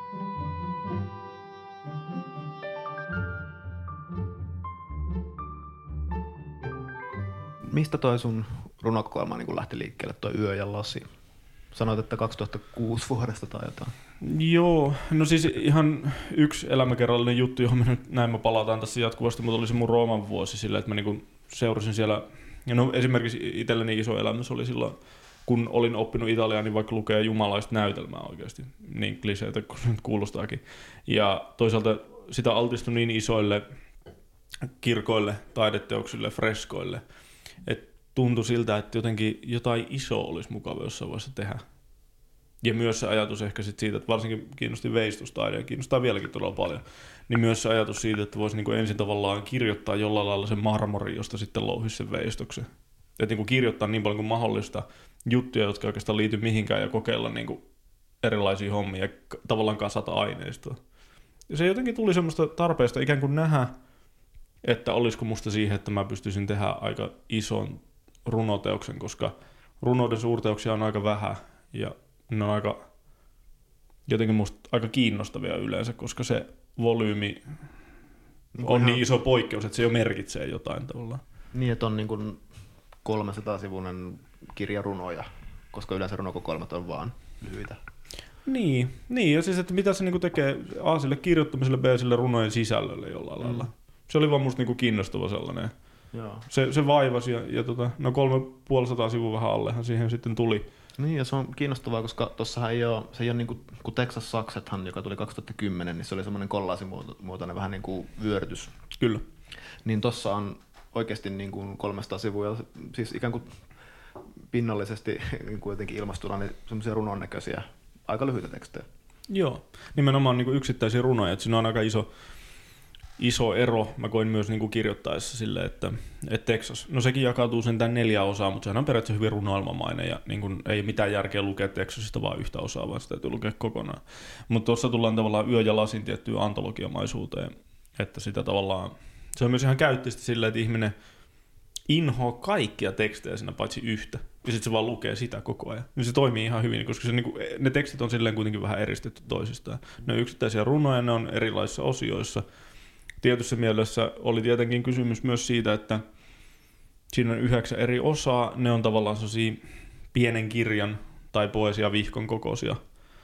Mistä toi sun runokokoelma niin lähti liikkeelle, toi Yö ja lasi? Sanoit, että 2006 vuodesta tai jotain. Joo, no siis ihan yksi elämäkerrallinen juttu, johon me nyt näin me palataan tässä jatkuvasti, mutta oli se mun Rooman vuosi sillä, että mä niin seurasin siellä, ja no esimerkiksi itselleni iso elämys oli silloin, kun olin oppinut italiaa, niin vaikka lukee jumalaista näytelmää oikeasti, niin kliseitä kuin se nyt kuulostaakin. Ja toisaalta sitä altistui niin isoille kirkoille, taideteoksille, freskoille, että tuntui siltä, että jotenkin jotain isoa olisi mukava jossain vaiheessa tehdä. Ja myös se ajatus ehkä sit siitä, että varsinkin kiinnosti veistostaide ja kiinnostaa vieläkin todella paljon, niin myös se ajatus siitä, että voisi niinku ensin tavallaan kirjoittaa jollain lailla sen marmorin, josta sitten louhisi sen veistoksen. Että niinku kirjoittaa niin paljon kuin mahdollista juttuja, jotka oikeastaan liity mihinkään ja kokeilla niinku erilaisia hommia ja tavallaan kasata aineistoa. Ja se jotenkin tuli semmoista tarpeesta ikään kuin nähdä, että olisiko musta siihen, että mä pystyisin tehdä aika ison runoteoksen, koska runouden suurteoksia on aika vähän ja ne on aika, jotenkin musta aika kiinnostavia yleensä, koska se volyymi on niin iso poikkeus, että se jo merkitsee jotain tavallaan. Niin, että on niin kuin 300-sivuinen kirja runoja, koska yleensä runokokoelmat on vaan lyhyitä. Niin, ja siis että mitä se niinku tekee A sille kirjoittamiselle, B sille runojen sisällölle jollain lailla. Se oli vaan musta niinku kiinnostava sellainen. Joo. Se vaivasi ja no 350 sivua vähän allehan siihen sitten tuli. Niin, ja se on kiinnostavaa, koska tossahan ei ole, se ei ole niin kuin Texas Sucsethan, joka tuli 2010, niin se oli semmoinen kollaasimuotoinen vähän niin kuin vyörytys. Kyllä. Niin tossa on oikeasti niin kuin 300 sivua, siis ikään kuin pinnallisesti niin kuin jotenkin ilmastuna, niin semmoisia runon näköisiä, aika lyhyitä tekstejä. Joo, nimenomaan niin kuin yksittäisiä runoja, että siinä on aika iso ero. Mä koin myös niin kuin kirjoittaessa silleen, että Texas, no sekin jakautuu sentään 4 osaa, mutta sehän on periaatteessa hyvin runoilmamainen ja niin kuin ei mitään järkeä lukea Texasista vaan yhtä osaa, vaan sitä täytyy lukea kokonaan. Mutta tuossa tullaan tavallaan Yö ja lasin tiettyyn antologiamaisuuteen, että sitä tavallaan, se on myös ihan käyttöistä silleen, että ihminen inhoaa kaikkia tekstejä siinä paitsi yhtä, ja sitten se vaan lukee sitä koko ajan. Niin se toimii ihan hyvin, koska se, niin kuin, ne tekstit on silleen kuitenkin vähän eristetty toisistaan. Ne on yksittäisiä runoja, ne on erilaisissa osioissa. Tietyssä mielessä oli tietenkin kysymys myös siitä, että siinä on 9 eri osaa, ne on tavallaan sellaisia pienen kirjan tai poesiavihkon kokoisia.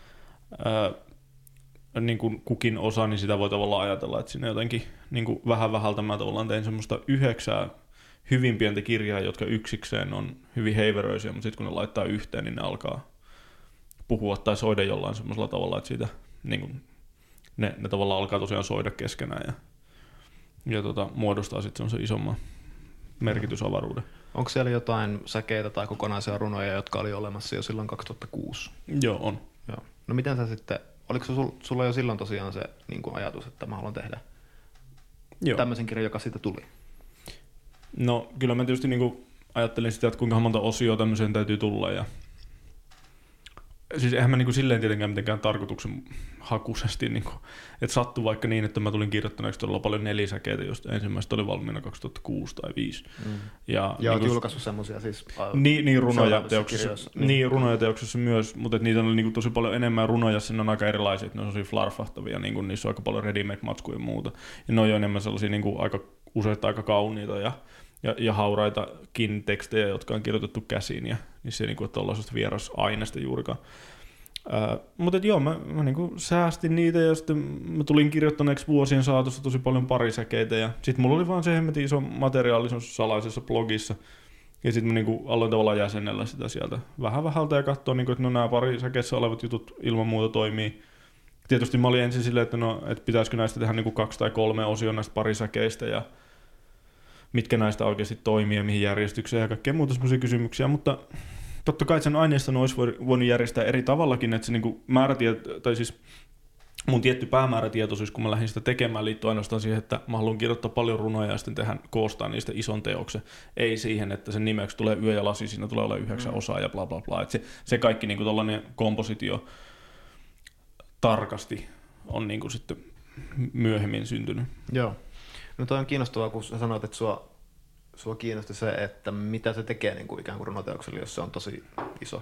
Niin kuin kukin osa, niin sitä voi tavallaan ajatella, että siinä jotenkin niin kuin vähän vähältä mä tavallaan tein semmoista 9 hyvin pientä kirjaa, jotka yksikseen on hyvin heiveröisiä, mutta sitten kun ne laittaa yhteen, niin ne alkaa puhua tai soida jollain semmoisella tavalla, että siitä niin kuin, ne tavallaan alkaa tosiaan soida keskenään ja muodostaa sitten semmoisen isomman merkitysavaruuden. Onko siellä jotain säkeitä tai kokonaisia runoja, jotka oli olemassa jo silloin 2006? Joo, on. Joo. No miten sä sitten, oliko sulla jo silloin tosiaan se niin kuin ajatus, että mä haluan tehdä tämmöisen kirjan, joka siitä tuli? No kyllä mä tietysti niinku ajattelin sitä, että kuinka monta osioa tämmöiseen täytyy tulla. Ja siis eihän mä niinku silleen tietenkään mitenkään tarkoituksenhakuisesti, niinku, että sattui vaikka niin, että mä tulin kirjoittaneeksi todella paljon nelisäkeitä, josta ensimmäistä oli valmiina 2006 tai 2005. Ja olet julkaissut semmoisia siis niin runoja teoksissa, niin runoja teoksissa myös, mutta niitä on niinku tosi paljon enemmän runoja, siinä on aika erilaisia, että ne on tosi flarfahtavia, niinku, niissä on aika paljon ready-made-matskuja ja muuta. Ja ne on jo enemmän sellaisia niinku, useita aika kauniita ja hauraitakin tekstejä, jotka on kirjoitettu käsiin, ja niissä ei niinku, ole tuollaisesta vierasaineesta juurikaan. Mutta joo, mä niinku säästin niitä, ja sitten mä tulin kirjoittaneeksi vuosien saatossa tosi paljon parisäkeitä, ja sitten mulla oli vaan se hemmetin iso materiaalisuus salaisessa blogissa, ja sitten mä niinku aloin tavallaan jäsennellä sitä sieltä vähän vähältä, ja katsoa, niinku, että no nämä parisäkeissä olevat jutut ilman muuta toimii. Tietysti mä olin ensin silleen, että pitäisikö näistä tehdä niinku 2 tai 3 osioa näistä parisäkeistä, ja mitkä näistä oikeasti toimii ja mihin järjestykseen ja kaikkea muuta semmoisia kysymyksiä, mutta totta kai sen aineiston olisi voinut järjestää eri tavallakin, että se niinku tai siis mun tietty päämäärätietoisuus, kun mä lähdin sitä tekemään, liittyy ainoastaan siihen, että mä haluan kirjoittaa paljon runoja ja sitten koostaa niistä ison teoksen. Ei siihen, että sen nimeksi tulee Yö ja lasi, siinä tulee olla 9 osaa ja bla bla bla. Että se kaikki niinku tollainen kompositio tarkasti on niinku sitten myöhemmin syntynyt. Joo. No toi on kiinnostavaa, kun sä sanoit, että sua kiinnosti se, että mitä se tekee niin kuin ikään kuin runoteokselle, jos se on tosi iso.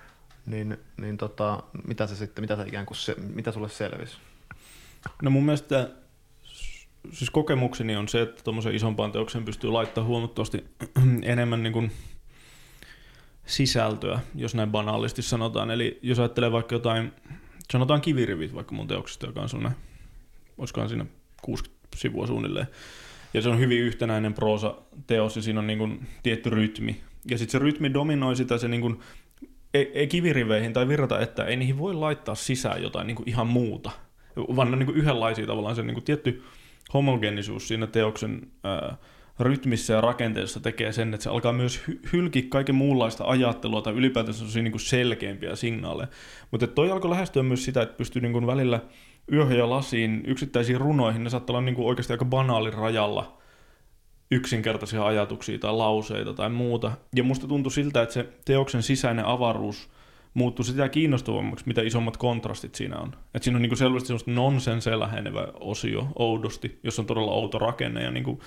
Mitä se ikään kuin mitä sulle selvisi? No mun mielestä siis kokemukseni on se, että tuommoisen isompaan teokseen pystyy laittamaan huomattavasti enemmän niin kuin sisältöä, jos näin banaalisti sanotaan. Eli jos ajattelee vaikka jotain, sanotaan Kivirivit vaikka mun teoksesta, joka on sellainen, olisikohan siinä 60 sivua suunnilleen. Ja se on hyvin yhtenäinen proosateos ja siinä on niin kuin tietty rytmi. Ja sitten se rytmi dominoi sitä, se niin kuin, ei kiviriveihin tai virrata, että ei niihin voi laittaa sisään jotain niin kuin ihan muuta, vaan ne on niin kuin yhdenlaisia tavallaan. Se niin kuin tietty homogeenisuus siinä teoksen rytmissä ja rakenteessa tekee sen, että se alkaa myös hylkiä kaiken muunlaista ajattelua tai ylipäätään sellaisia niin kuin selkeämpiä signaaleja. Mutta toi alkoi lähestyä myös sitä, että pystyy niin kuin välillä Yöhön ja lasiin yksittäisiin runoihin, ne saattaa olla niin kuin oikeasti aika banaalin rajalla yksinkertaisia ajatuksia tai lauseita tai muuta. Ja musta tuntui siltä, että se teoksen sisäinen avaruus muuttui sitä kiinnostavammaksi, mitä isommat kontrastit siinä on. Että siinä on niin kuin selvästi semmoista nonsensea lähenevä osio oudosti, jos on todella outo rakenne ja, niin kuin,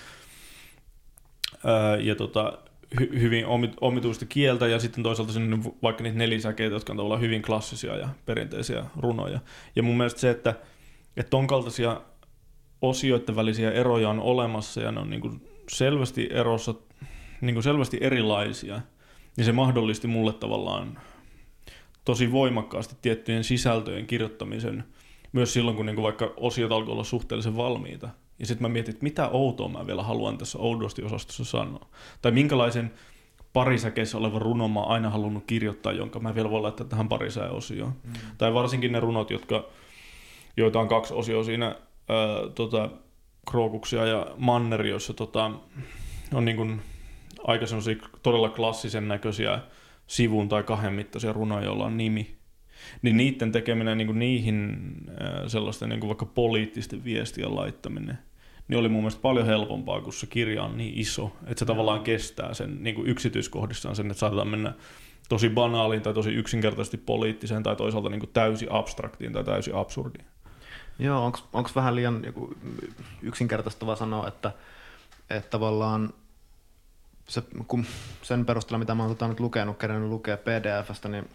hyvin omituista kieltä, ja sitten toisaalta siinä on vaikka niitä nelisäkeitä, jotka on tavallaan hyvin klassisia ja perinteisiä runoja. Ja mun mielestä se, että ton kaltaisia osioiden välisiä eroja on olemassa ja ne on niin kuin selvästi erossa, niin kuin selvästi erilaisia, niin se mahdollisti mulle tavallaan tosi voimakkaasti tiettyjen sisältöjen kirjoittamisen myös silloin, kun niin kuin vaikka osiot alkoi olla suhteellisen valmiita. Ja sitten mä mietin, että mitä outoa mä vielä haluan tässä oudosti-osastossa sanoa. Tai minkälaisen parisäkeissä olevan runon mä oon aina halunnut kirjoittaa, jonka mä vielä voin laittaa tähän parisäe-osioon. Tai varsinkin ne runot, joita on 2 osioa siinä, Krookuksia ja Manneri, jossa on niin kuin aika sellaisia todella klassisen näköisiä sivun tai 2 mittaisia runoja, joilla on nimi. Niin niiden tekeminen, niin kuin niihin sellaisten niin kuin vaikka poliittisten viestien laittaminen, niin oli mun mielestä paljon helpompaa, kun se kirja on niin iso, että se tavallaan kestää sen niin kuin yksityiskohdissaan sen, että saatetaan mennä tosi banaaliin tai tosi yksinkertaisesti poliittiseen tai toisaalta niin kuin täysin abstraktiin tai täysin absurdiin. Joo, onko vähän liian yksinkertaistavaa sanoa, että tavallaan kun sen perusteella, mitä mä oon nyt lukenut, kerännyt lukea PDF:stä, niin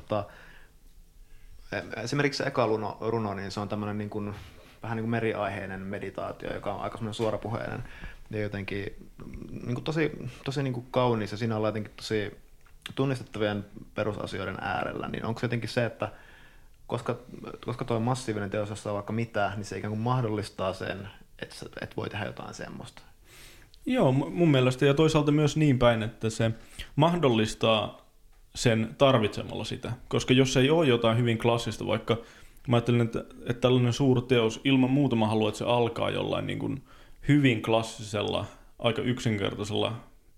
esimerkiksi se eka runo, niin se on tämmöinen niin kuin, vähän niin kuin meriaiheinen meditaatio, joka on aika semmoinen suorapuheinen ja jotenkin niin kuin tosi niin kuin kaunis ja siinä ollaan jotenkin tosi tunnistettavien perusasioiden äärellä. Niin onko se jotenkin se, että koska tuo massiivinen teos, jossa on vaikka mitä, niin se ikään kuin mahdollistaa sen, että voi tehdä jotain semmoista? Joo, mun mielestä ja toisaalta myös niin päin, että se mahdollistaa sen tarvitsemalla sitä, koska jos ei ole jotain hyvin klassista, vaikka mä ajattelen, että tällainen suurteos ilman muuta mä haluan, että se alkaa jollain niin kuin hyvin klassisella, aika yksinkertaisella,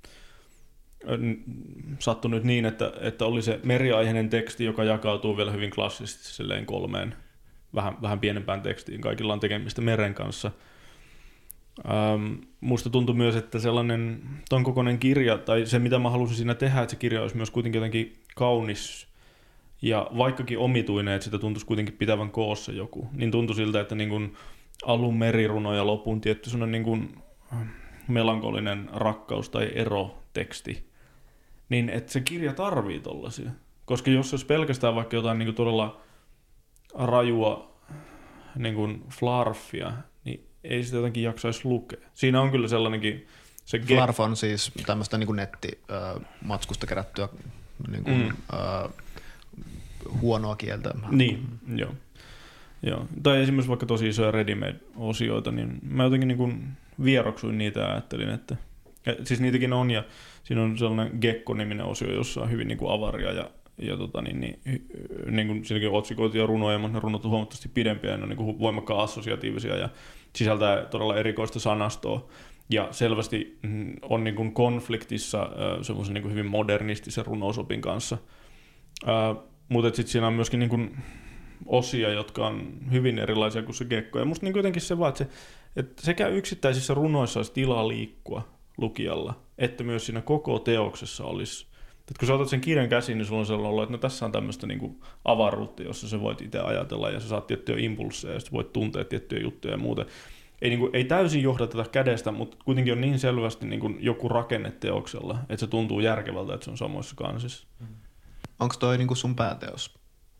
sattui nyt niin, että oli se meriaiheinen teksti, joka jakautuu vielä hyvin klassisesti silleen 3 vähän pienempään tekstiin, kaikilla on tekemistä meren kanssa. Musta tuntui myös, että sellainen ton kokoinen kirja, tai se mitä mä halusin siinä tehdä, että se kirja olisi myös kuitenkin jotenkin kaunis ja vaikkakin omituinen, että sitä tuntuisi kuitenkin pitävän koossa joku, niin tuntui siltä, että niin kuin alun meriruno ja lopun tietty sellainen niin kuin melankolinen rakkaus tai eroteksti, niin että se kirja tarvii tollasia. Koska jos olisi pelkästään vaikka jotain niin kuin todella rajua niin kuin flarfia, niin ei sitä jotenkin jaksaisi lukea. Siinä on kyllä sellainenkin... Flarf on siis tämmöistä niin kuin nettimatskusta kerättyä niin kuin, huonoa kieltä. Niin, joo. Tai esimerkiksi vaikka tosi isoja ready-made-osioita, niin mä jotenkin niin kuin vieroksuin niitä ja ajattelin, että... Siis niitäkin on, ja siinä on sellainen Gekko-niminen osio, jossa on hyvin niin kuin avaria ja niin kuin siinäkin otsikoituja runoja, mutta ne runot on huomattavasti pidempiä ja ne on niin kuin voimakkaan assosiatiivisia ja sisältää todella erikoista sanastoa ja selvästi on niin kuin konfliktissa semmoisen niin kuin hyvin modernistisen runousopin kanssa. Mutta sitten siinä on myöskin niin kuin osia, jotka on hyvin erilaisia kuin se Gekko. Ja musta niin jotenkin se vaan, että sekä yksittäisissä runoissa olisi tilaa liikkua lukijalla, että myös siinä koko teoksessa olisi. Että kun sä otat sen kirjan käsiin, niin sulla on sellainen olo, että no tässä on tämmöistä niin avaruutta, jossa sä voit itse ajatella ja sä saat tiettyjä impulsseja ja sä voit tuntea tiettyjä juttuja ja muuten. Ei täysin johdateta kädestä, mutta kuitenkin on niin selvästi niin kuin joku rakenne teoksella, että se tuntuu järkevältä, että se on samoissa kansissa. Onko toi niin kuin sun pääteos?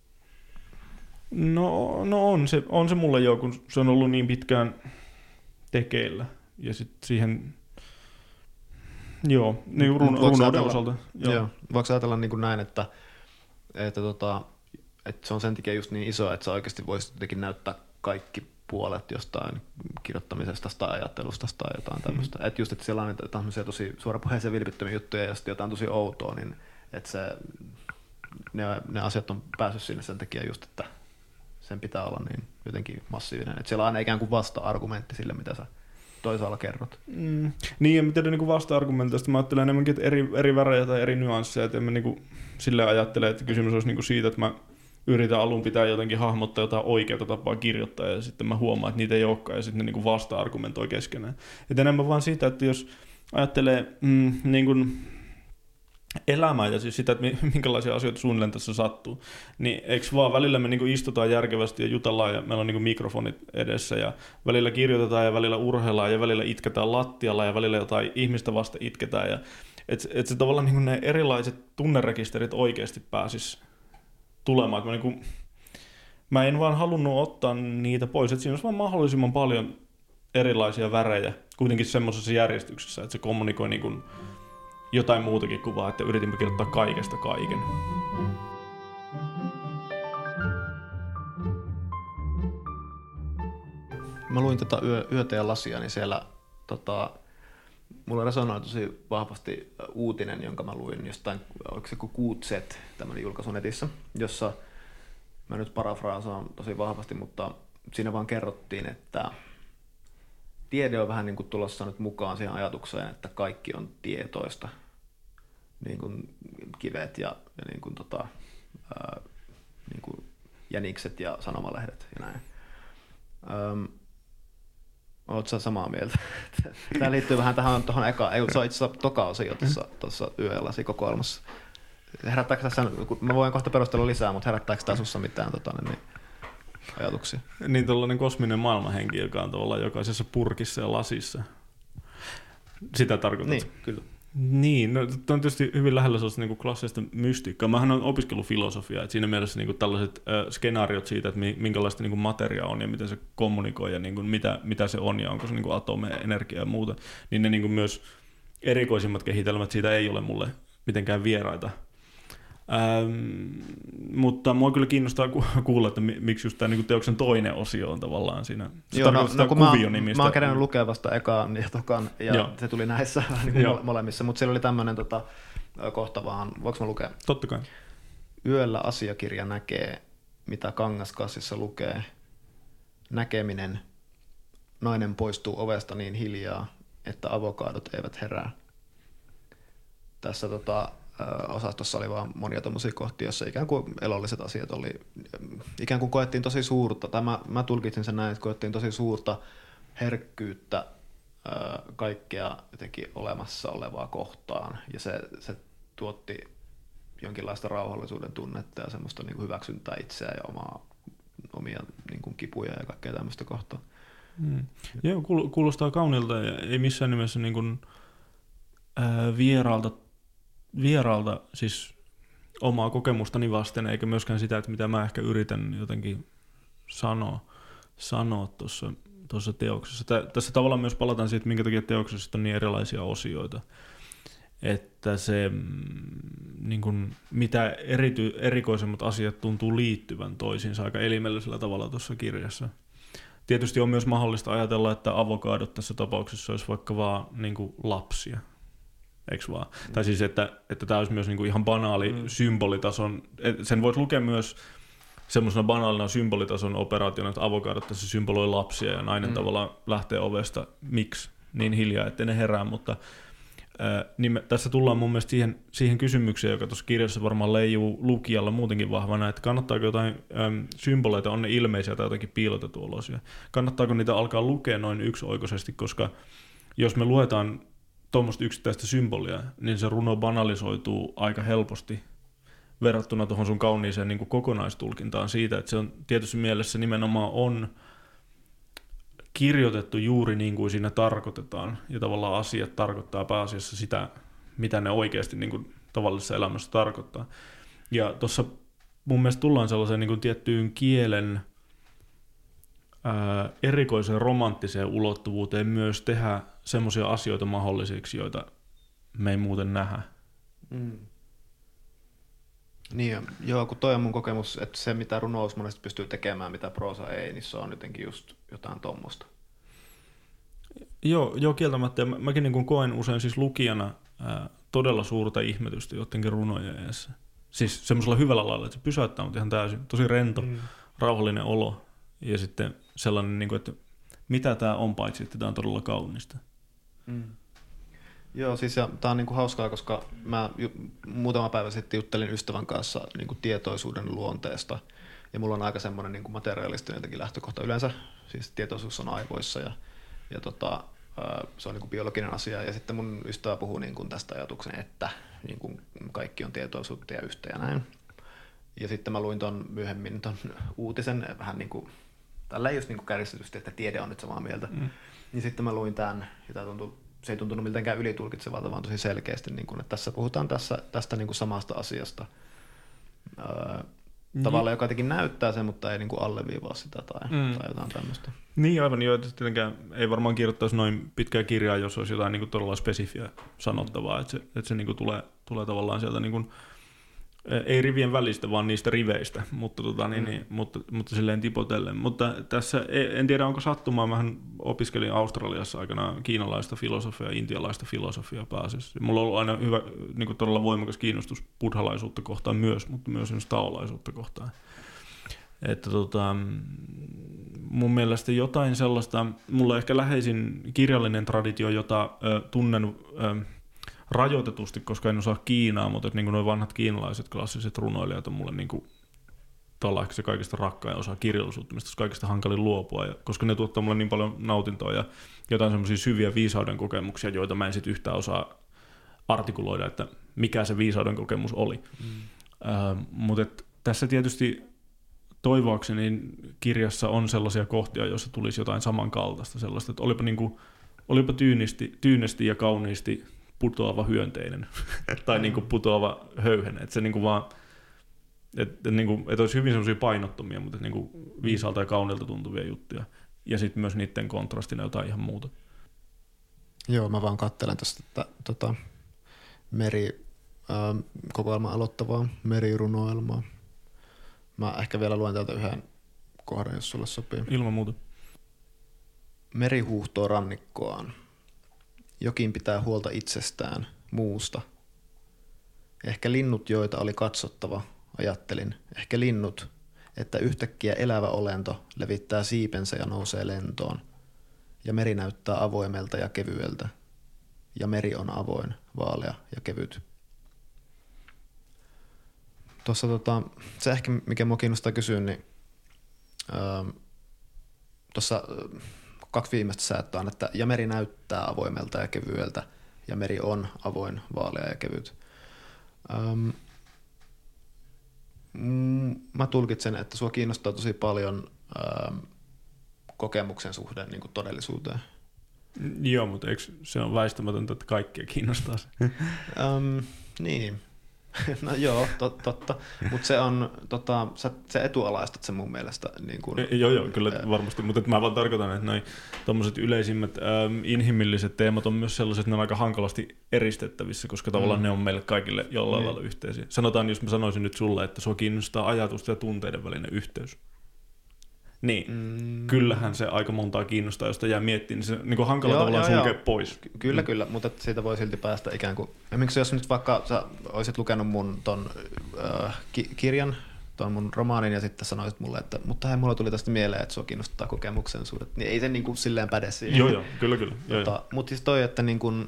No on se mulle jo, kun se on ollut niin pitkään tekeillä ja sitten siihen... Joo, niin runouden osalta. Joo. Voiko ajatella niin kuin näin, että se on sen takia just niin iso, että sä oikeasti voisit jotenkin näyttää kaikki puolet jostain kirjoittamisesta tai ajattelusta tai jotain tämmöistä. Että just, että siellä on tämmöisiä tosi suorapuheisia vilpittömiä juttuja ja sitten jotain tosi outoa, niin että ne asiat on päässyt sinne sen takia just, että sen pitää olla niin jotenkin massiivinen. Että siellä on aina ikään kuin vasta-argumentti sille, mitä sä toisaalla kerrot. Niin, ja mitä niin vasta-argumentoista, mä ajattelen enemmänkin, että eri värejä tai eri nyansseja, että en mä niin silleen ajattele, että kysymys olisi niin siitä, että mä yritän alun pitää jotenkin hahmottaa jotain oikeaa tapaa kirjoittaa, ja sitten mä huomaan, että niitä ei olekaan, ja sitten ne niin vasta-argumentoi keskenään. Että enemmän vaan siitä, että jos ajattelee niin kuin elämää ja siis sitä, että minkälaisia asioita suunnilleen tässä sattuu, niin eikö vaan välillä me niin istutaan järkevästi ja jutellaan ja meillä on niin mikrofonit edessä ja välillä kirjoitetaan ja välillä urheillaan ja välillä itketään lattialla ja välillä jotain ihmistä vasta itketään. Ja, että se tavallaan niin ne erilaiset tunnerekisterit oikeasti pääsis tulemaan. Mä en vaan halunnut ottaa niitä pois, että siinä olisi vaan mahdollisimman paljon erilaisia värejä kuitenkin semmoisessa järjestyksessä, että se kommunikoi niin kuin jotain muutakin kuvaa, että yritimme kirjoittaa kaikesta kaiken. Mä luin Yötä ja lasia, niin siellä mulla resonoi tosi vahvasti uutinen, jonka mä luin jostain, oliko se Kuutset, tämmöinen julkaisu netissä, jossa mä nyt parafraasaan tosi vahvasti, mutta siinä vaan kerrottiin, että tiede on vähän niin kuin tulossa nyt mukaan siihen ajatukseen, että kaikki on tietoista. Niin kuin kivet ja niin kuin niin kuin jänikset ja sanomalehdet ja näin. Oletko sä samaa mieltä? Tämä liittyy vähän tuohon ekaan, se on itse asiassa toka osio tuossa Yö-lasi-kokoelmassa. Herättääkö tässä, mä voin kohta perustella lisää, mutta herättääkö tämä sussa mitään ajatuksia? Niin tällainen kosminen maailmanhenki, joka on tavallaan jokaisessa purkissa ja lasissa. Sitä tarkoitat? Niin, kyllä. Niin, no, tämä on tietysti hyvin lähellä sellaista niin kuin klassista mystiikkaa. Mähän olen opiskellut filosofiaa, että siinä mielessä niin kuin tällaiset skenaariot siitä, että minkälaista niin kuin materia on ja miten se kommunikoi ja niin kuin mitä se on ja onko se niin kuin atomeja, energiaa ja muuta, niin ne niin kuin myös erikoisimmat kehitelmät siitä ei ole mulle mitenkään vieraita. Mutta mua kyllä kiinnostaa kuulla, että miksi just tämä niin kuin teoksen toinen osio on tavallaan siinä. Kun mä oon kerännyt lukea vasta ekaan ja tokan, ja joo, se tuli näissä niin molemmissa, mutta siellä oli tämmöinen kohta vaan, voinko mä lukea? Totta kai. Yöllä asiakirja näkee, mitä kangaskassissa lukee. Näkeminen. Nainen poistuu ovesta niin hiljaa, että avokaadot eivät herää. Tässä osastossa oli vaan monia tommosia kohtia, joissa ikään kuin elolliset asiat oli, ikään kuin koettiin tosi suurta, tai mä tulkitsin sen näin, että koettiin tosi suurta herkkyyttä kaikkea jotenkin olemassa olevaa kohtaan, ja se tuotti jonkinlaista rauhallisuuden tunnetta ja semmoista niin kuin hyväksyntää itseään ja omia niin kuin kipuja ja kaikkea tämmöistä kohtaa. Joo, kuulostaa kauniilta ja ei missään nimessä niin kuin, vieraalta siis omaa kokemustani vasten, eikä myöskään sitä, että mitä mä ehkä yritän jotenkin sanoa tuossa teoksessa. Tässä tavallaan myös palataan siitä, minkä takia teoksessa on niin erilaisia osioita. Että se, niin kuin, mitä erikoisemmat asiat tuntuu liittyvän toisiinsa aika elimellisellä tavalla tuossa kirjassa. Tietysti on myös mahdollista ajatella, että avokadot tässä tapauksessa olisi vaikka vaan niin kuin lapsia. Eikö vaan? Tai siis, että tämä olisi myös niin kuin ihan banaali symbolitason. Sen voit lukea myös semmoisena banaalina symbolitason operaationa, että avokadot tässä symboloi lapsia ja nainen tavallaan lähtee ovesta. Miksi? Niin hiljaa, ettei ne herää, mutta niin tässä tullaan mun mielestä siihen kysymykseen, joka tuossa kirjassa varmaan leijuu lukijalla muutenkin vahvana, että kannattaako jotain symboleita, on ne ilmeisiä tai jotenkin piilotetuoloisia. Kannattaako niitä alkaa lukea noin yksioikoisesti, koska jos me luetaan tuommoista yksittäistä symbolia, niin se runo banalisoituu aika helposti verrattuna tuohon sun kauniiseen niin kuin kokonaistulkintaan siitä, että se on tietysti mielessä nimenomaan on kirjoitettu juuri niin kuin siinä tarkoitetaan, ja tavallaan asiat tarkoittaa pääasiassa sitä, mitä ne oikeasti niin kuin tavallisessa elämässä tarkoittaa. Ja tuossa mun mielestä tullaan sellaiseen niin kuin tiettyyn kielen erikoiseen romanttiseen ulottuvuuteen myös tehdä semmoisia asioita mahdollisiksi, joita me ei muuten nähdä. Niin, joo, kun toi on mun kokemus, että se mitä runous monesti pystyy tekemään, mitä proosa ei, niin se on jotenkin just jotain tommosta. Joo, kieltämättä. Mäkin niin kuin koen usein siis lukijana todella suurta ihmetystä jotenkin runojen edessä. Siis semmoisella hyvällä lailla, että se pysäyttää mut ihan täysin. Tosi rento, rauhallinen olo ja sitten sellainen, niin kuin, että mitä tää on, paitsi että tää on todella kaunista. Joo, siis tää on niinku hauskaa, koska mä muutama päivä sitten juttelin ystävän kanssa niinku tietoisuuden luonteesta. Ja mulla on aika semmoinen niinku materialistinen jotenkin lähtökohta yleensä. Siis tietoisuus on aivoissa ja se on niinku biologinen asia. Ja sitten mun ystävä puhuu niinku tästä ajatuksen, että niinku kaikki on tietoisuutta ja yhtä ja näin. Ja sitten mä luin myöhemmin ton uutisen vähän niinku, tällä ei just niinku kärjistetysti, että tiede on nyt samaa mieltä. Niin sitten mä luin tämän, ja se ei tuntunut mitenkään ylitulkitsevalta, vaan tosi selkeästi, niin kun, että tässä puhutaan tästä niin kuin samasta asiasta. Tavalla, joka jotenkin näyttää sen, mutta ei niin kuin alleviivaa sitä tai jotain tämmöistä. Niin aivan, joo, että tietenkään ei varmaan kirjoittaisi noin pitkää kirjaa, jos olisi jotain niin kuin todella spesifiä sanottavaa, että se niin kuin tulee tavallaan sieltä niin kuin, ei rivien välistä, vaan niistä riveistä, mutta silleen tipotellen. Mutta tässä, en tiedä onko sattumaa, mähän opiskelin Australiassa aikanaan kiinalaista filosofiaa ja intialaista filosofiaa pääasiassa. Mulla on ollut aina hyvä, niin kuin todella voimakas kiinnostus buddhalaisuutta kohtaan myös, mutta myös taolaisuutta kohtaan. Että mun mielestä jotain sellaista, mulla ehkä läheisin kirjallinen traditio, jota tunnen rajoitetusti, koska en osaa kiinaa, mutta niin kuin nuo vanhat kiinalaiset klassiset runoilijat on mulle niin kuin ehkä se kaikista rakkain osa kirjallisuutta, mistä kaikista hankalin luopua, ja koska ne tuottaa mulle niin paljon nautintoa ja jotain semmoisia syviä viisauden kokemuksia, joita mä en sitten yhtään osaa artikuloida, että mikä se viisauden kokemus oli. Mutta tässä tietysti toivoakseni kirjassa on sellaisia kohtia, joissa tulisi jotain samankaltaista, sellaista, että olipa tyynesti ja kauniisti putoava hyönteinen tai niinku putoava höyhen, että se niinku vaan että olisi hyvin semmoisia painottomia, mutta niinku viisaalta ja kauniilta tuntuvia juttuja ja sitten myös niiden kontrastina jotain ihan muuta. Joo, mä vaan katselen tästä kokoelman aloittavaa merirunoelmaa. Mä ehkä vielä luen täältä yhden kohdan, jos sulle sopii. Ilman muuta. Meri huuhtoo rannikkoaan. Jokin pitää huolta itsestään, muusta. Ehkä linnut, joita oli katsottava, ajattelin. Ehkä linnut, että yhtäkkiä elävä olento levittää siipensä ja nousee lentoon. Ja meri näyttää avoimelta ja kevyeltä. Ja meri on avoin, vaalea ja kevyt. Tuossa se ehkä, mikä mua kiinnostaa kysyä, niin tuossa kaksi viimeistä säätöä on, että ja meri näyttää avoimelta ja kevyeltä, ja meri on avoin, vaalea ja kevyt. Mä tulkitsen, että sua kiinnostaa tosi paljon kokemuksen suhde niin kuin todellisuuteen. Joo, mutta eikö se on väistämätöntä, että kaikkia kiinnostaa se? Niin. No joo, totta. Mutta se on, se etualaistat sen mun mielestä. Niin kuin, joo, kyllä varmasti. Mutta mä vaan tarkoitan, että noi tommoset yleisimmät inhimilliset teemat on myös sellaiset, että ne on aika hankalasti eristettävissä, koska tavallaan ne on meille kaikille jollain lailla yhteisiä. Sanotaan, jos mä sanoisin nyt sulle, että sua kiinnostaa ajatusta ja tunteiden välinen yhteys. Niin, kyllähän se aika montaa kiinnostaa, josta jää miettimään, niin se niin hankala tavallaan sulkea pois. Kyllä, mutta siitä voi silti päästä ikään kuin. Esimerkiksi jos nyt vaikka sä olisit lukenut mun ton kirjan, ton mun romaanin, ja sitten sanoisit mulle, että mutta hei, mulla tuli tästä mieleen, että sua kiinnostaa kokemuksen suhdet, niin ei se niin kuin silleen päde siihen. Joo, kyllä. Mutta siis toi, että niin kuin,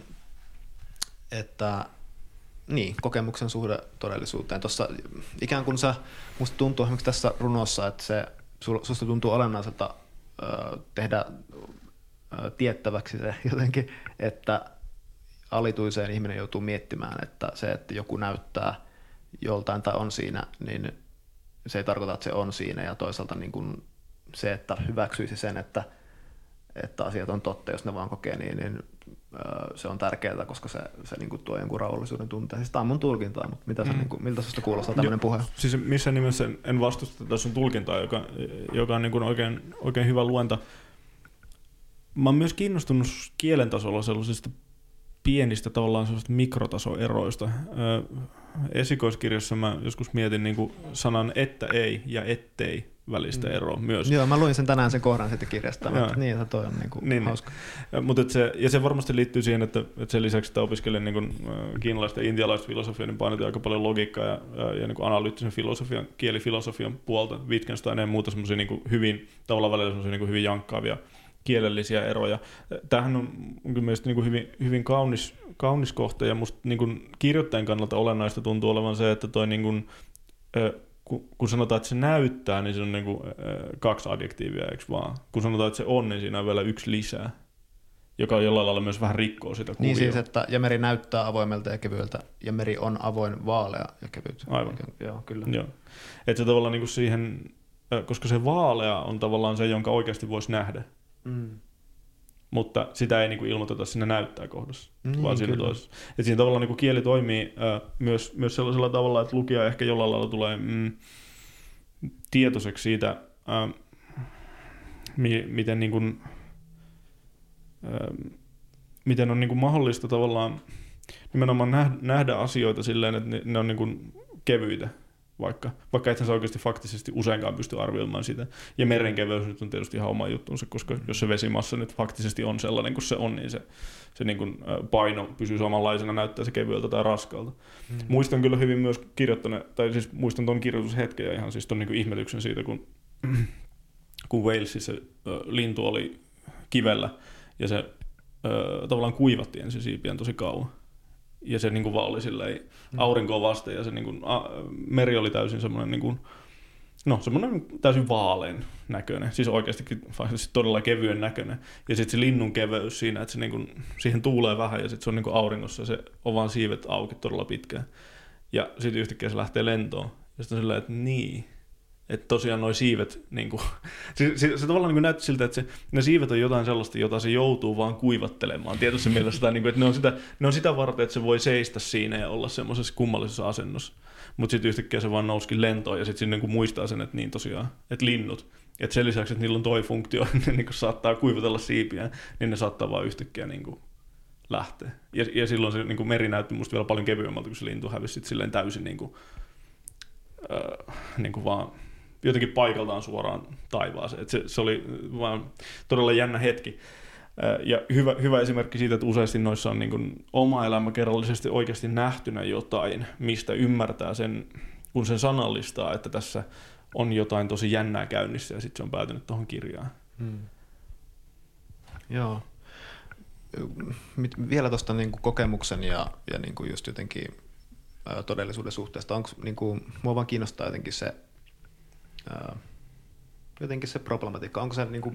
että niin, kokemuksen suhde todellisuuteen. Tuossa ikään kuin musta tuntuu esimerkiksi tässä runossa, että susta tuntuu olennaiselta tehdä tiettäväksi se jotenkin, että alituiseen ihminen joutuu miettimään, että se, että joku näyttää joltain tai on siinä, niin se ei tarkoita, että se on siinä, ja toisaalta niin kuin se, että hyväksyisi sen, että asiat on totta, jos ne vaan kokee niin se on tärkeää, koska se niin kuin tuo jonkun rauhallisuuden tunteen. Siis tämä on mun tulkintaa, mutta miltä sinusta kuulostaa tämmöinen puhe? Siis missään nimessä en vastusta tätä sun tulkintaa, joka on niin kuin oikein hyvä luenta. Mä oon myös kiinnostunut kielen tasolla sellaisista pienistä tavallaan sellaisista mikrotasoeroista. Esikoiskirjassa mä joskus mietin niin kuin sanan että ei ja ettei välistä eroa myös. Joo, mä luin sen tänään sen kohdan siitä kirjasta, mutta niin, että toi on niin hauska. Ja se varmasti liittyy siihen, että sen lisäksi, että opiskelen niin kiinalaista ja intialaista filosofiaa, niin painotin aika paljon logiikkaa ja niin analyyttisen filosofian, kielifilosofian puolta, Wittgenstein ja muuta semmoisia niin hyvin, tavallaan välillä semmoisia niin hyvin jankkaavia kielellisiä eroja. Tämähän on mielestäni niin hyvin kaunis kohta, ja musta niin kirjoittajan kannalta olennaista tuntuu olevan se, että toi niin kuin, kun sanotaan, että se näyttää, niin se on niin kuin 2 adjektiivia, eikö vaan? Kun sanotaan, että se on, niin siinä on vielä 1 lisää, joka jollain lailla myös vähän rikkoo sitä kuvia. Niin siis, että ja meri näyttää avoimelta ja kevyeltä, ja meri on avoin, vaalea ja kevyt. Aivan. Joo, kyllä. Joo. Että se tavallaan niin kuin siihen, koska se vaalea on tavallaan se, jonka oikeasti voisi nähdä. Mutta sitä ei niinku ilmoiteta siinä näyttää kohdassa, vaan siinä toisessa. Et siinä tavallaan niinku kieli toimii myös sellaisella tavalla, että lukija ehkä jollain lailla tulee tietoiseksi siitä, miten, niinku, miten on niinku mahdollista tavallaan nimenomaan nähdä asioita silleen, että ne on niinku kevyitä. Vaikka ethän sä oikeasti faktisesti useinkaan pysty arvioimaan sitä. Ja meren keveys nyt on tietysti ihan oma juttunsa, koska jos se vesimassa nyt faktisesti on sellainen kuin se on, niin se niin kuin paino pysyy samanlaisena, näyttää se kevyeltä tai raskalta. Muistan kyllä hyvin myös muistan ton kirjoitushetken ja ihan siis ton niin kuin ihmetyksen siitä, kun Walesissa lintu oli kivellä ja se tavallaan kuivatti ensin siipiään tosi kauan. Ja se niin kuin vaan oli silleen aurinkoa vasten, ja se niin kuin, meri oli täysin semmoinen, niin kuin, semmoinen täysin vaalean näköinen, siis oikeastikin todella kevyen näköinen. Ja sitten se linnun keveys siinä, että se niin kuin, siihen tuulee vähän, ja sitten se on niin kuin auringossa, ja se on vaan siivet auki todella pitkään. Ja sitten yhtäkkiä se lähtee lentoon, ja sitten on silleen, että niin, että tosiaan nuo siivet, niin kuin, se tavallaan niin näyttää siltä, että ne siivet on jotain sellaista, jota se joutuu vaan kuivattelemaan tietyssä mielessä, tai niin kuin, että ne on sitä varten, että se voi seistä siinä ja olla semmoisessa kummallisessa asennossa. Mutta sitten yhtäkkiä se vaan nousikin lentoon, ja sitten siinä niin muistaa sen, että niin tosiaan, että linnut, että sen lisäksi, että niillä on toi funktio, ne niin kuin saattaa kuivatella siipiään, niin ne saattaa vaan yhtäkkiä niin kuin lähteä. Ja silloin se niin kuin meri näytti musta vielä paljon kevyemmältä, kun se lintu hävisi sitten silleen täysin niin kuin vaan jotenkin paikaltaan suoraan taivaaseen. Et se oli vaan todella jännä hetki. Ja hyvä esimerkki siitä, että useasti noissa on niin kuin oma elämä kerrallisesti oikeasti nähtynä jotain, mistä ymmärtää sen, kun sen sanallistaa, että tässä on jotain tosi jännää käynnissä, ja sitten se on päätynyt tuohon kirjaan. Joo. Vielä tuosta niin kuin kokemuksen ja niin kuin just jotenkin todellisuuden suhteesta. Onko, niin kuin, mua vaan kiinnostaa jotenkin se problematiikka. Onko se niin kuin,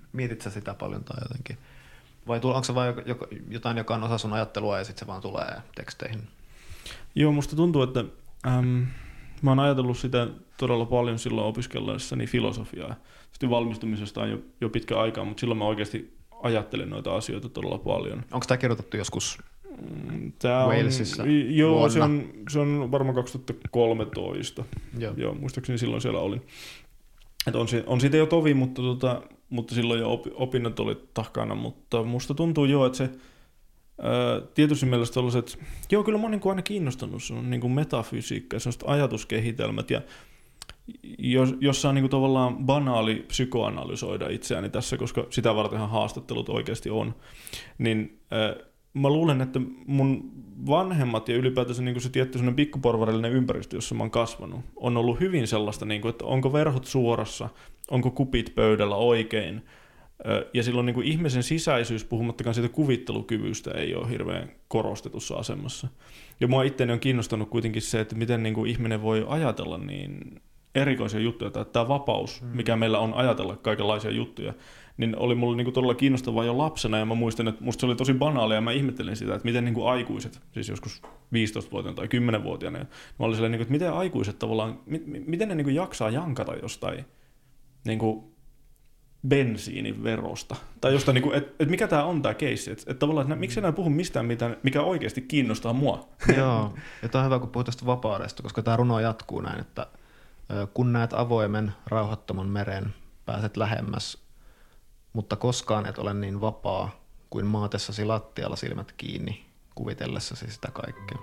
Mietit sä sitä paljon tai jotenkin? Vai onko se vain jotain, joka on osa sun ajattelua ja sitten se vaan tulee teksteihin? Joo, musta tuntuu, että mä oon ajatellut sitä todella paljon silloin opiskellessani filosofiaa. Sitten valmistumisesta on jo pitkä aikaa, mutta silloin mä oikeasti ajattelin noita asioita todella paljon. Onko tämä kirjoitettu joskus Walesissa? Joo, se on varmaan 2013. Joo, muistaakseni silloin siellä olin. Että on siitä jo tovi, mutta silloin jo opinnot oli takana, mutta musta tuntuu jo, että se tietysti mielessä tollaiset, joo kyllä mä oon niin aina kiinnostanut sun niin metafysiikkaa, sellaiset ajatuskehitelmät ja jossa on niin tavallaan banaali psykoanalysoida itseäni tässä, koska sitä vartenhan haastattelut oikeasti on, niin mä luulen, että mun vanhemmat ja ylipäätänsä niin se tietty sellainen pikkuporvarillinen ympäristö, jossa mä oon kasvanut, on ollut hyvin sellaista, niin kuin, että onko verhot suorassa, onko kupit pöydällä oikein. Ja silloin niin kuin ihmisen sisäisyys, puhumattakaan siitä kuvittelukyvystä, ei ole hirveän korostetussa asemassa. Ja mua itseäni on kiinnostanut kuitenkin se, että miten niin kuin ihminen voi ajatella niin erikoisia juttuja, tai tämä vapaus, mikä meillä on ajatella kaikenlaisia juttuja, niin oli mulle niin kuin todella kiinnostavaa jo lapsena, ja mä muistan, että musta se oli tosi banaalia, ja mä ihmettelin sitä, että miten niin kuin aikuiset, siis joskus 15-vuotiaana tai 10-vuotiaana, mä olin silleen, että miten aikuiset tavallaan, miten ne niin kuin jaksaa jankata jostain niin kuin bensiiniverosta, tai jostain, niin että mikä tämä on tämä keissi, että tavallaan, että miksi enää puhu mistään, mikä oikeasti kiinnostaa mua. Joo, ja tämä on hyvä, kun puhut tästä vapaudesta, koska tämä runo jatkuu näin, että kun näet avoimen, rauhattoman meren, pääset lähemmäs, mutta koskaan et ole niin vapaa kuin maatessasi lattialla silmät kiinni, kuvitellessasi sitä kaikkea.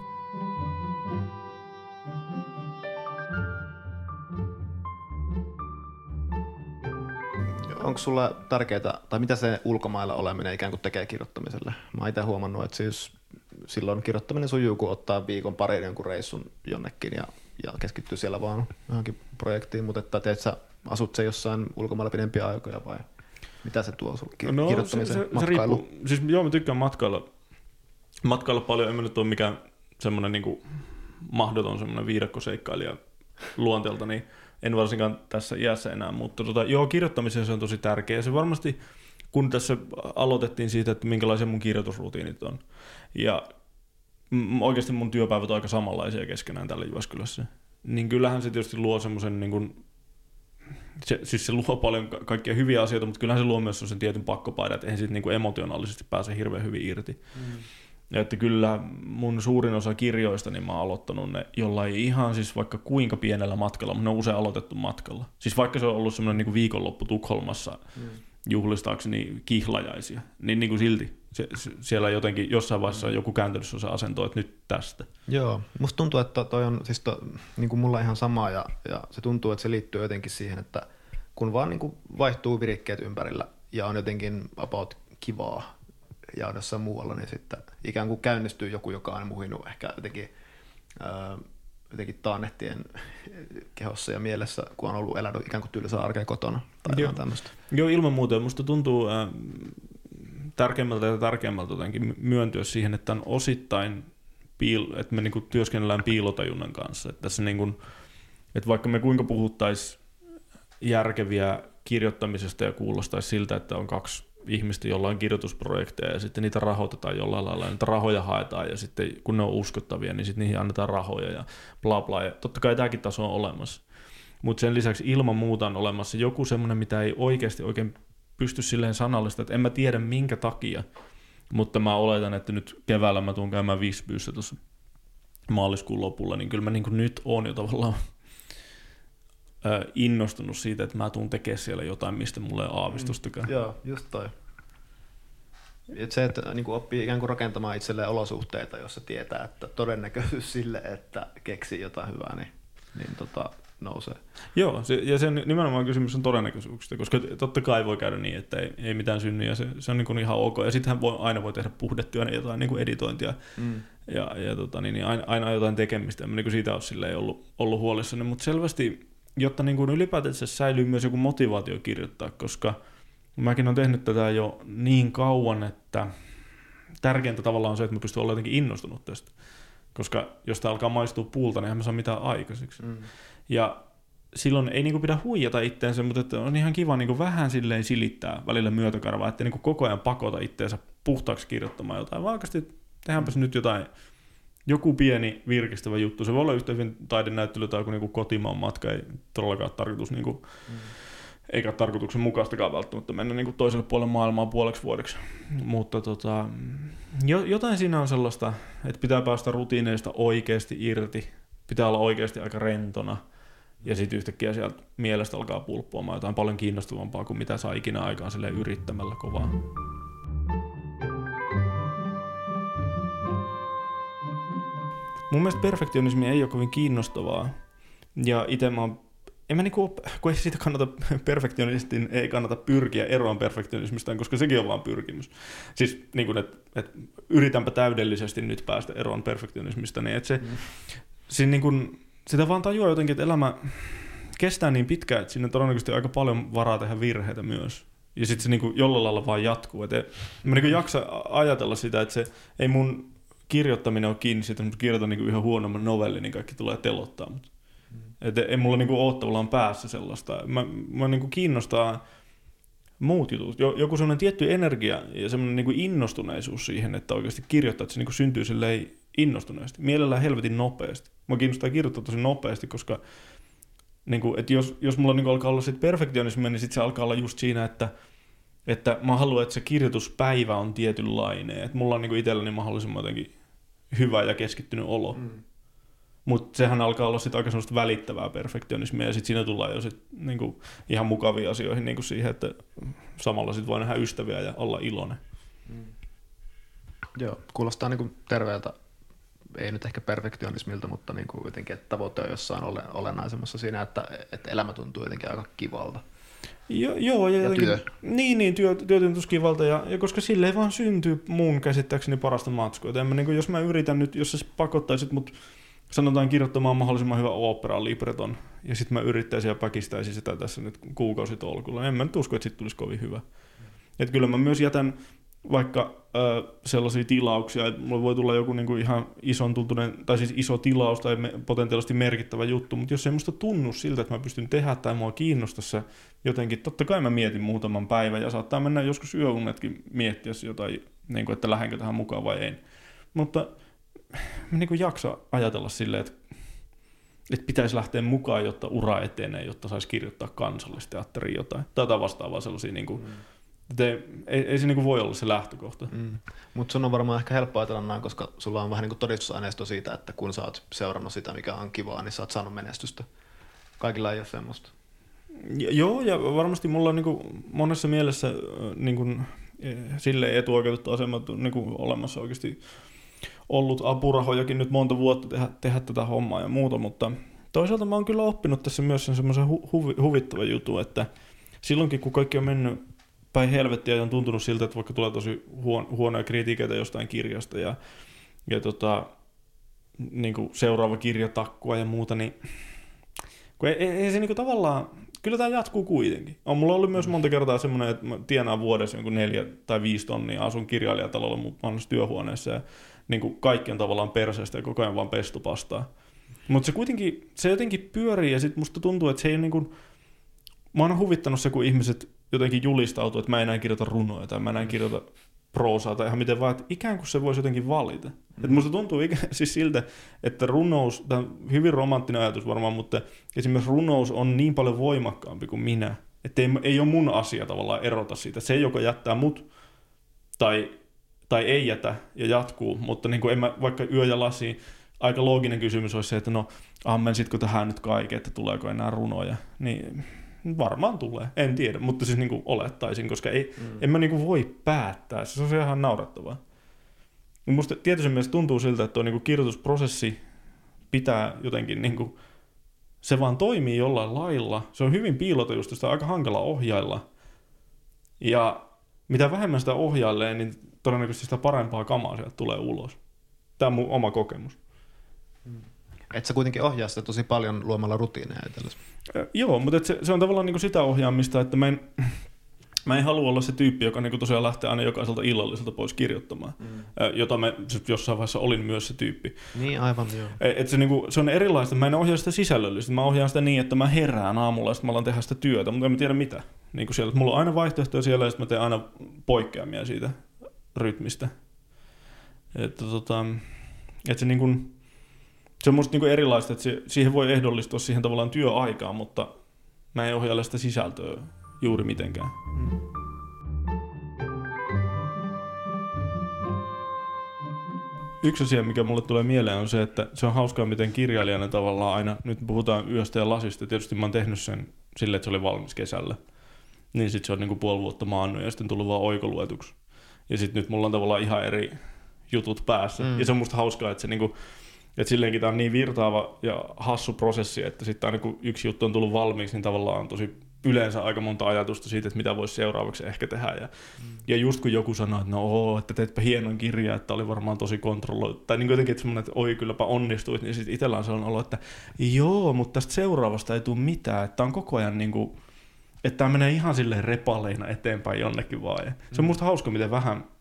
Onko sulla tärkeää, tai mitä se ulkomailla oleminen ikään kuin tekee kirjoittamiselle? Mä oon itse huomannut, että siis silloin kirjoittaminen sujuu, kun ottaa viikon pari jonkun reissun jonnekin ja keskittyy siellä vaan johonkin projektiin, mutta että teet sä, asut se jossain ulkomailla pidempiä aikoja vai mitä se tuo sulle kirjoittamisen matkailu? Se riippuu. Siis joo, mä tykkään matkailla paljon, en mä nyt ole mikään semmoinen niin kuin mahdoton semmoinen viidakkoseikkailija luonteelta, niin en varsinkaan tässä iässä enää, mutta joo, kirjoittamiseen se on tosi tärkeä. Se varmasti, kun tässä aloitettiin siitä, että minkälaisia mun kirjoitusrutiinit on, ja oikeasti mun työpäivät on aika samanlaisia keskenään tällä Jyväskylässä, niin kyllähän se tietysti luo semmoisen, niin kuin, se luo paljon kaikkia hyviä asioita, mutta kyllähän se luo myös sen tietyn pakkopaidan, että eihän siitä niin kuin emotionaalisesti pääse hirveän hyvin irti. Ja että kyllä mun suurin osa kirjoista, niin mä oon aloittanut ne jollain ihan siis vaikka kuinka pienellä matkalla, mutta ne on usein aloitettu matkalla. Siis vaikka se on ollut semmoinen niin kuin viikonloppu Tukholmassa juhlistaakseni kihlajaisia, niin kuin silti siellä jotenkin jossain vaiheessa joku kääntynyt on se asento, että nyt tästä. Joo, musta tuntuu, että toi on siis niin kuin mulla ihan sama ja se tuntuu, että se liittyy jotenkin siihen, että kun vaan niin kuin vaihtuu virikkeet ympärillä ja on jotenkin about kivaa ja jossain muualla, niin sitten ikään kuin käynnistyy joku, joka on muhinut ehkä jotenkin taannehtien kehossa ja mielessä, kun on ollut elänyt ikään kuin tylsää arkea kotona tai jotain tämmöistä. Joo, ilman muuta. Musta tuntuu tärkeimmältä jotenkin myöntyä siihen, että on osittain, että me niinku työskennellään piilotajunnan kanssa. Että tässä niinku, että vaikka me kuinka puhuttaisiin järkeviä kirjoittamisesta ja kuulostaisi siltä, että on kaksi ihmistä, jolla on kirjoitusprojekteja ja sitten niitä rahoitetaan jollain lailla, niitä rahoja haetaan ja sitten kun ne on uskottavia, niin sitten niihin annetaan rahoja ja bla bla. Ja totta kai tämäkin taso on olemassa. Mutta sen lisäksi ilman muuta on olemassa joku semmoinen, mitä ei oikeasti oikein pysty silleen sanallista, että en mä tiedä minkä takia, mutta mä oletan, että nyt keväällä mä tuun käymään Visbyssä tuossa maaliskuun lopulla, niin kyllä mä niin kuin nyt oon jo tavallaan innostunut siitä, että mä tuun tekemään siellä jotain, mistä mulla ei ole aavistustakaan. Joo, just toi. Et se, että niin kuin oppii ikään kuin rakentamaan itselleen olosuhteita, jossa tietää, että todennäköisyys sille, että keksii jotain hyvää, niin nousee. Joo, ja sen nimenomaan kysymys on todennäköisyyksistä, koska totta kai voi käydä niin, että ei mitään synny, ja se on niin kuin ihan ok. Ja sittenhän aina voi tehdä puhdetyönä jotain niin kuin editointia, ja aina jotain tekemistä. En mä niin kuin siitä ole silleen ollut huolissani, mutta selvästi, jotta niin kuin ylipäätänsä säilyy myös joku motivaatio kirjoittaa, koska mäkin olen tehnyt tätä jo niin kauan, että tärkeintä tavallaan on se, että mä pystyn olemaan jotenkin innostunut tästä. Koska jos tämä alkaa maistua puulta, niin eihän mä saa mitään aikaiseksi. Ja silloin ei niinku pidä huijata itteensä, mutta että on ihan kiva niinku vähän silleen silittää välillä myötäkarvaa, ettei niinku koko ajan pakota itteensä puhtaaksi kirjoittamaan jotain, vaan oikeasti tehdäänpäs nyt jotain, joku pieni virkistävä juttu. Se voi olla yhtä hyvin taidenäyttely tai niinku kotimaan matka, ei todellakaan tarkoitus, niinku, eikä tarkoituksen mukaistakaan välttämättä mennä niinku toiselle puolelle maailmaa puoleksi vuodeksi. Mutta jotain siinä on sellaista, että pitää päästä rutiineista oikeasti irti, pitää olla oikeasti aika rentona, ja sitten yhtäkkiä sieltä mielestä alkaa pulppuamaan jotain paljon kiinnostavampaa kuin mitä saa ikinä aikaan silleen yrittämällä kovaa. Mun mielestä perfektionismi ei ole kovin kiinnostavaa, ja itse kun ei siitä perfektionistin ei kannata pyrkiä eroon perfektionismista, koska sekin on vaan pyrkimys. Siis niin kuin, että yritänpä täydellisesti nyt päästä eroon perfektionismista, niin että se niin kuin, sitä vaan tajuaa jotenkin, että elämä kestää niin pitkään, että siinä on todennäköisesti aika paljon varaa tehdä virheitä myös. Ja sitten se niin kuin jollain lailla vaan jatkuu. Mä niin kuin jaksa ajatella sitä, että se ei mun kirjoittaminen ole kiinni siitä, että kirjoitan niin kuin ihan huonomman novellin, niin kaikki tulee telottaa. Että ei mulla niin kuin ole tavallaan päässä sellaista. Mä niin kuin kiinnostaa muut jutut. Joku sellainen tietty energia ja sellainen niin kuin innostuneisuus siihen, että oikeasti kirjoittaa, että se niin kuin syntyy silleen innostuneesti. Mielellään helvetin nopeasti. Mä kiinnostaa kirjoittaa tosi nopeasti, koska niin kuin, että jos mulla niin kuin alkaa olla sit perfektionismia, niin sit se alkaa olla just siinä, että mä haluan, että se kirjoituspäivä on tietynlainen. Että mulla on niin kuin itselläni mahdollisimman jotenkin hyvä ja keskittynyt olo. Mutta sehän alkaa olla sit aika semmoista välittävää perfektionismia, ja sitten siinä tullaan jo sit niinku ihan mukaviin asioihin niinku siihen, että samalla sit voi nähdä ystäviä ja olla iloinen. Joo, kuulostaa niinku terveeltä, ei nyt ehkä perfektionismilta, mutta niinku jotenkin, että tavoite on jossain olennaisemmassa siinä, että elämä tuntuu jotenkin aika kivalta. Joo, ja työ. Niin, työ tuntuisi kivalta, ja koska sille ei vaan syntyy mun käsittääkseni parasta matskua. Niinku, jos mä yritän nyt, jos sä pakottaisit mut sanotaan kirjoittamaan mahdollisimman hyvä opera libreton, ja sitten mä yrittäisin ja päkistäisin sitä tässä nyt kuukausitolkulla. En mä nyt usko, että siitä tulisi kovin hyvä. Et kyllä mä myös jätän vaikka sellaisia tilauksia, että mulla voi tulla joku niinku ihan ison tuntunen, tai siis iso tilaus tai potentiaalisesti merkittävä juttu, mutta jos ei musta tunnu siltä, että mä pystyn tehdä tai mua kiinnostaa se jotenkin, totta kai mä mietin muutaman päivän, ja saattaa mennä joskus yöunetkin miettiä jotain, niin kuin, että lähdenkö tähän mukaan vai ei. Mutta mä niin kuin jaksa ajatella silleen, että pitäisi lähteä mukaan, jotta ura etenee, jotta saisi kirjoittaa Kansallisteatteriin jotain. Tai vastaavaa sellaisia, niin kuin, ei se niin kuin voi olla se lähtökohta. Mutta sun on varmaan ehkä helppo ajatella näin, koska sulla on vähän niin kuin todistusaineisto siitä, että kun sä oot seurannut sitä, mikä on kivaa, niin sä oot saanut menestystä. Kaikilla ei ole semmoista. Joo, ja varmasti mulla on niin kuin monessa mielessä niin kuin, silleen etuoikeutettu asema niin kuin olemassa oikeasti ollut apurahojakin nyt monta vuotta tehdä tätä hommaa ja muuta, mutta toisaalta mä oon kyllä oppinut tässä myös semmoisen huvittavan jutun, että silloinkin kun kaikki on mennyt päin helvettiä ja on tuntunut siltä, että vaikka tulee tosi huonoja kritiikeitä jostain kirjasta ja niin kuin seuraava kirja takkua ja muuta, niin kun ei se niin kuin tavallaan, kyllä tämä jatkuu kuitenkin. On mulla ollut myös monta kertaa semmoinen, että mä tienaan vuodessa jonkun 4 tai 5 tonnia, asun kirjailijatalolla mun vanhassa työhuoneessa ja niin kuin kaikki on tavallaan perseestä ja koko ajan vaan pestupastaa. Mutta se jotenkin pyörii ja sit musta tuntuu, että se ei niin kuin, mä oon huvittanut se, kun ihmiset jotenkin julistautuu, että mä enää kirjoita runoja tai mä enää kirjoita proosaa tai ihan miten vaan, että ikään kuin se voisi jotenkin valita. Et musta tuntuu siis siltä, että runous, tämä on hyvin romanttinen ajatus varmaan, mutta esimerkiksi runous on niin paljon voimakkaampi kuin minä, että ei ole mun asia tavallaan erota siitä. Se joko jättää mut tai ei jätä ja jatkuu, mutta niin kuin en mä, vaikka Yö ja lasi, aika looginen kysymys olisi se, että no ammensitkö tähän nyt kaiken, että tuleeko enää runoja, niin varmaan tulee, en tiedä, mutta siis niin kuin olettaisin, koska en mä niin kuin voi päättää, se on ihan naurettavaa. Musta tietysti mielessä tuntuu siltä, että tuo niin kuin kirjoitusprosessi pitää jotenkin, niin kuin, se vaan toimii jollain lailla, se on hyvin piilotetusta, sitä on aika hankala ohjailla, ja mitä vähemmän sitä ohjailee, niin todennäköisesti sitä parempaa kamaa sieltä tulee ulos. Tämä on mun oma kokemus. Et sä kuitenkin ohjaa sitä tosi paljon luomalla rutiineja itsellesi. Joo, mutta se on tavallaan niin kuin sitä ohjaamista, että mä en halua olla se tyyppi, joka niin tosiaan lähtee aina jokaiselta illalliselta pois kirjoittamaan, jota mä jossain vaiheessa olin myös se tyyppi. Niin, aivan joo. Se on erilaista. Mä en ohjaa sitä sisällöllisesti. Mä ohjaan sitä niin, että mä herään aamulla ja sitten mä alan tehdä sitä työtä, mutta en mä tiedä mitä. Niin siellä, mulla on aina vaihtoehtoja siellä ja sitten mä teen aina poikkeamia siitä rytmistä. Että se, niin kuin, se on musta niin kuin erilaista, että siihen voi ehdollistua siihen tavallaan työaikaan, mutta mä en ohjaile sitä sisältöä juuri mitenkään. Yksi asia, mikä mulle tulee mieleen, on se, että se on hauskaa, miten kirjailijana tavallaan aina, nyt puhutaan Yöstä ja lasista, tietysti mä oon tehnyt sen silleen, että se oli valmis kesällä, niin sit se on niinku puoli vuotta maannut ja sitten tullut vaan oikoluetuksi. Ja sit nyt mulla on tavallaan ihan eri jutut päässä. Ja se on musta hauskaa, että se niinku, että silleenkin tää on niin virtaava ja hassu prosessi, että sitten aina kun yksi juttu on tullut valmiiksi, niin tavallaan on tosi yleensä aika monta ajatusta siitä, että mitä voisi seuraavaksi ehkä tehdä. Ja just kun joku sanoo, että että teetpä hienon kirjaa, että oli varmaan tosi kontrolloitu, tai niin jotenkin, että semmoinen, että oi kylläpä onnistuit, niin sitten itsellä on sellainen olo, että joo, mutta tästä seuraavasta ei tule mitään, että on koko ajan niin kuin, että tämä menee ihan silleen repaleina eteenpäin jonnekin vaan. Ja se on musta hauska, miten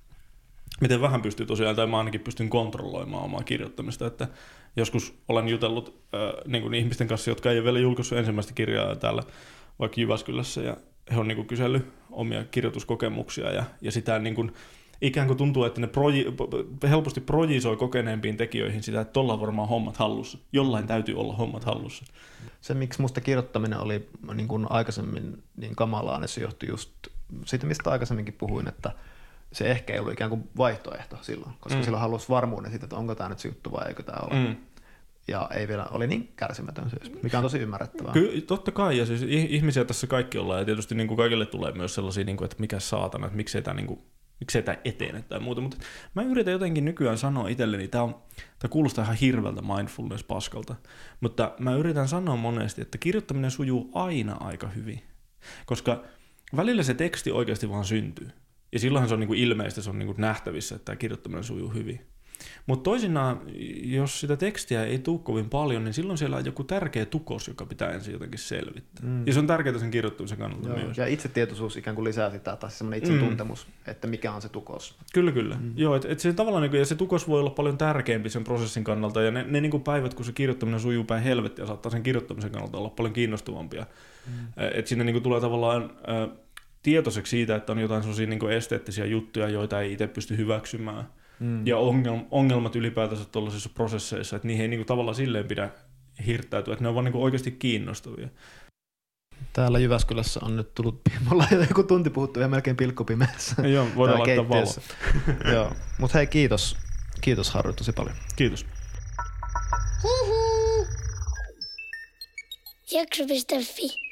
vähän pystyy tosiaan, tai mä ainakin pystyn kontrolloimaan omaa kirjoittamista, että joskus olen jutellut niin kuin ihmisten kanssa, jotka ei ole vielä julkaissut ensimmäistä kirjaa täällä vaikka Jyväskylässä, ja he on niin kuin kysellyt omia kirjoituskokemuksia, ja sitä niin kuin, ikään kuin tuntuu, että ne helposti projisoi kokeneempiin tekijöihin sitä, että tuolla on varmaan hommat hallussa. Jollain täytyy olla hommat hallussa. Se, miksi musta kirjoittaminen oli niin kuin aikaisemmin niin kamalaa, niin se johtui just siitä, mistä aikaisemminkin puhuin, että se ehkä ei ollut ikään kuin vaihtoehto silloin, koska silloin halusi varmuuden siitä, että onko tämä nyt se juttu vai eikö tämä ole. Ja ei vielä, oli niin kärsimätön siis, mikä on tosi ymmärrettävää. Kyllä, totta kai, ja siis ihmisiä tässä kaikki ollaan, ja tietysti niin kuin kaikille tulee myös sellaisia, niin kuin, että mikä saatana, että miksei tämä etene tai muuta, mutta mä yritän jotenkin nykyään sanoa itselleni, tämä kuulostaa ihan hirveältä mindfulness-paskalta, mutta mä yritän sanoa monesti, että kirjoittaminen sujuu aina aika hyvin, koska välillä se teksti oikeasti vaan syntyy, ja silloinhan se on niin kuin ilmeistä, se on niin kuin nähtävissä, että tämä kirjoittaminen sujuu hyvin. Mutta toisinaan, jos sitä tekstiä ei tule kovin paljon, niin silloin siellä on joku tärkeä tukos, joka pitää ensin jotenkin selvittää. Ja se on tärkeää sen kirjoittamisen kannalta myös. Ja itsetietoisuus ikään kuin lisää sitä, tai semmoinen itsetuntemus, että mikä on se tukos. Kyllä. Joo, et se tavallaan, ja se tukos voi olla paljon tärkeämpi sen prosessin kannalta, ja ne niin kuin päivät, kun se kirjoittaminen sujuu päin helvettiä, saattaa sen kirjoittamisen kannalta olla paljon kiinnostavampia. Että siinä niin kuin tulee tavallaan tietoiseksi siitä, että on jotain sellaisia niin kuin esteettisiä juttuja, joita ei itse pysty hyväksymään. Ja ongelmat ylipäätänsä tuollaisissa prosesseissa, että niihin ei niinku tavallaan silleen pidä hirttäytyä, että ne on vaan niinku oikeasti kiinnostavia. Täällä Jyväskylässä on nyt tullut, me ollaan joku tunti puhuttu ja melkein pilkkupimeässä. Joo, voidaan laittaa valo. Joo, mutta hei kiitos Harry tosi paljon. Kiitos. Jakso.fi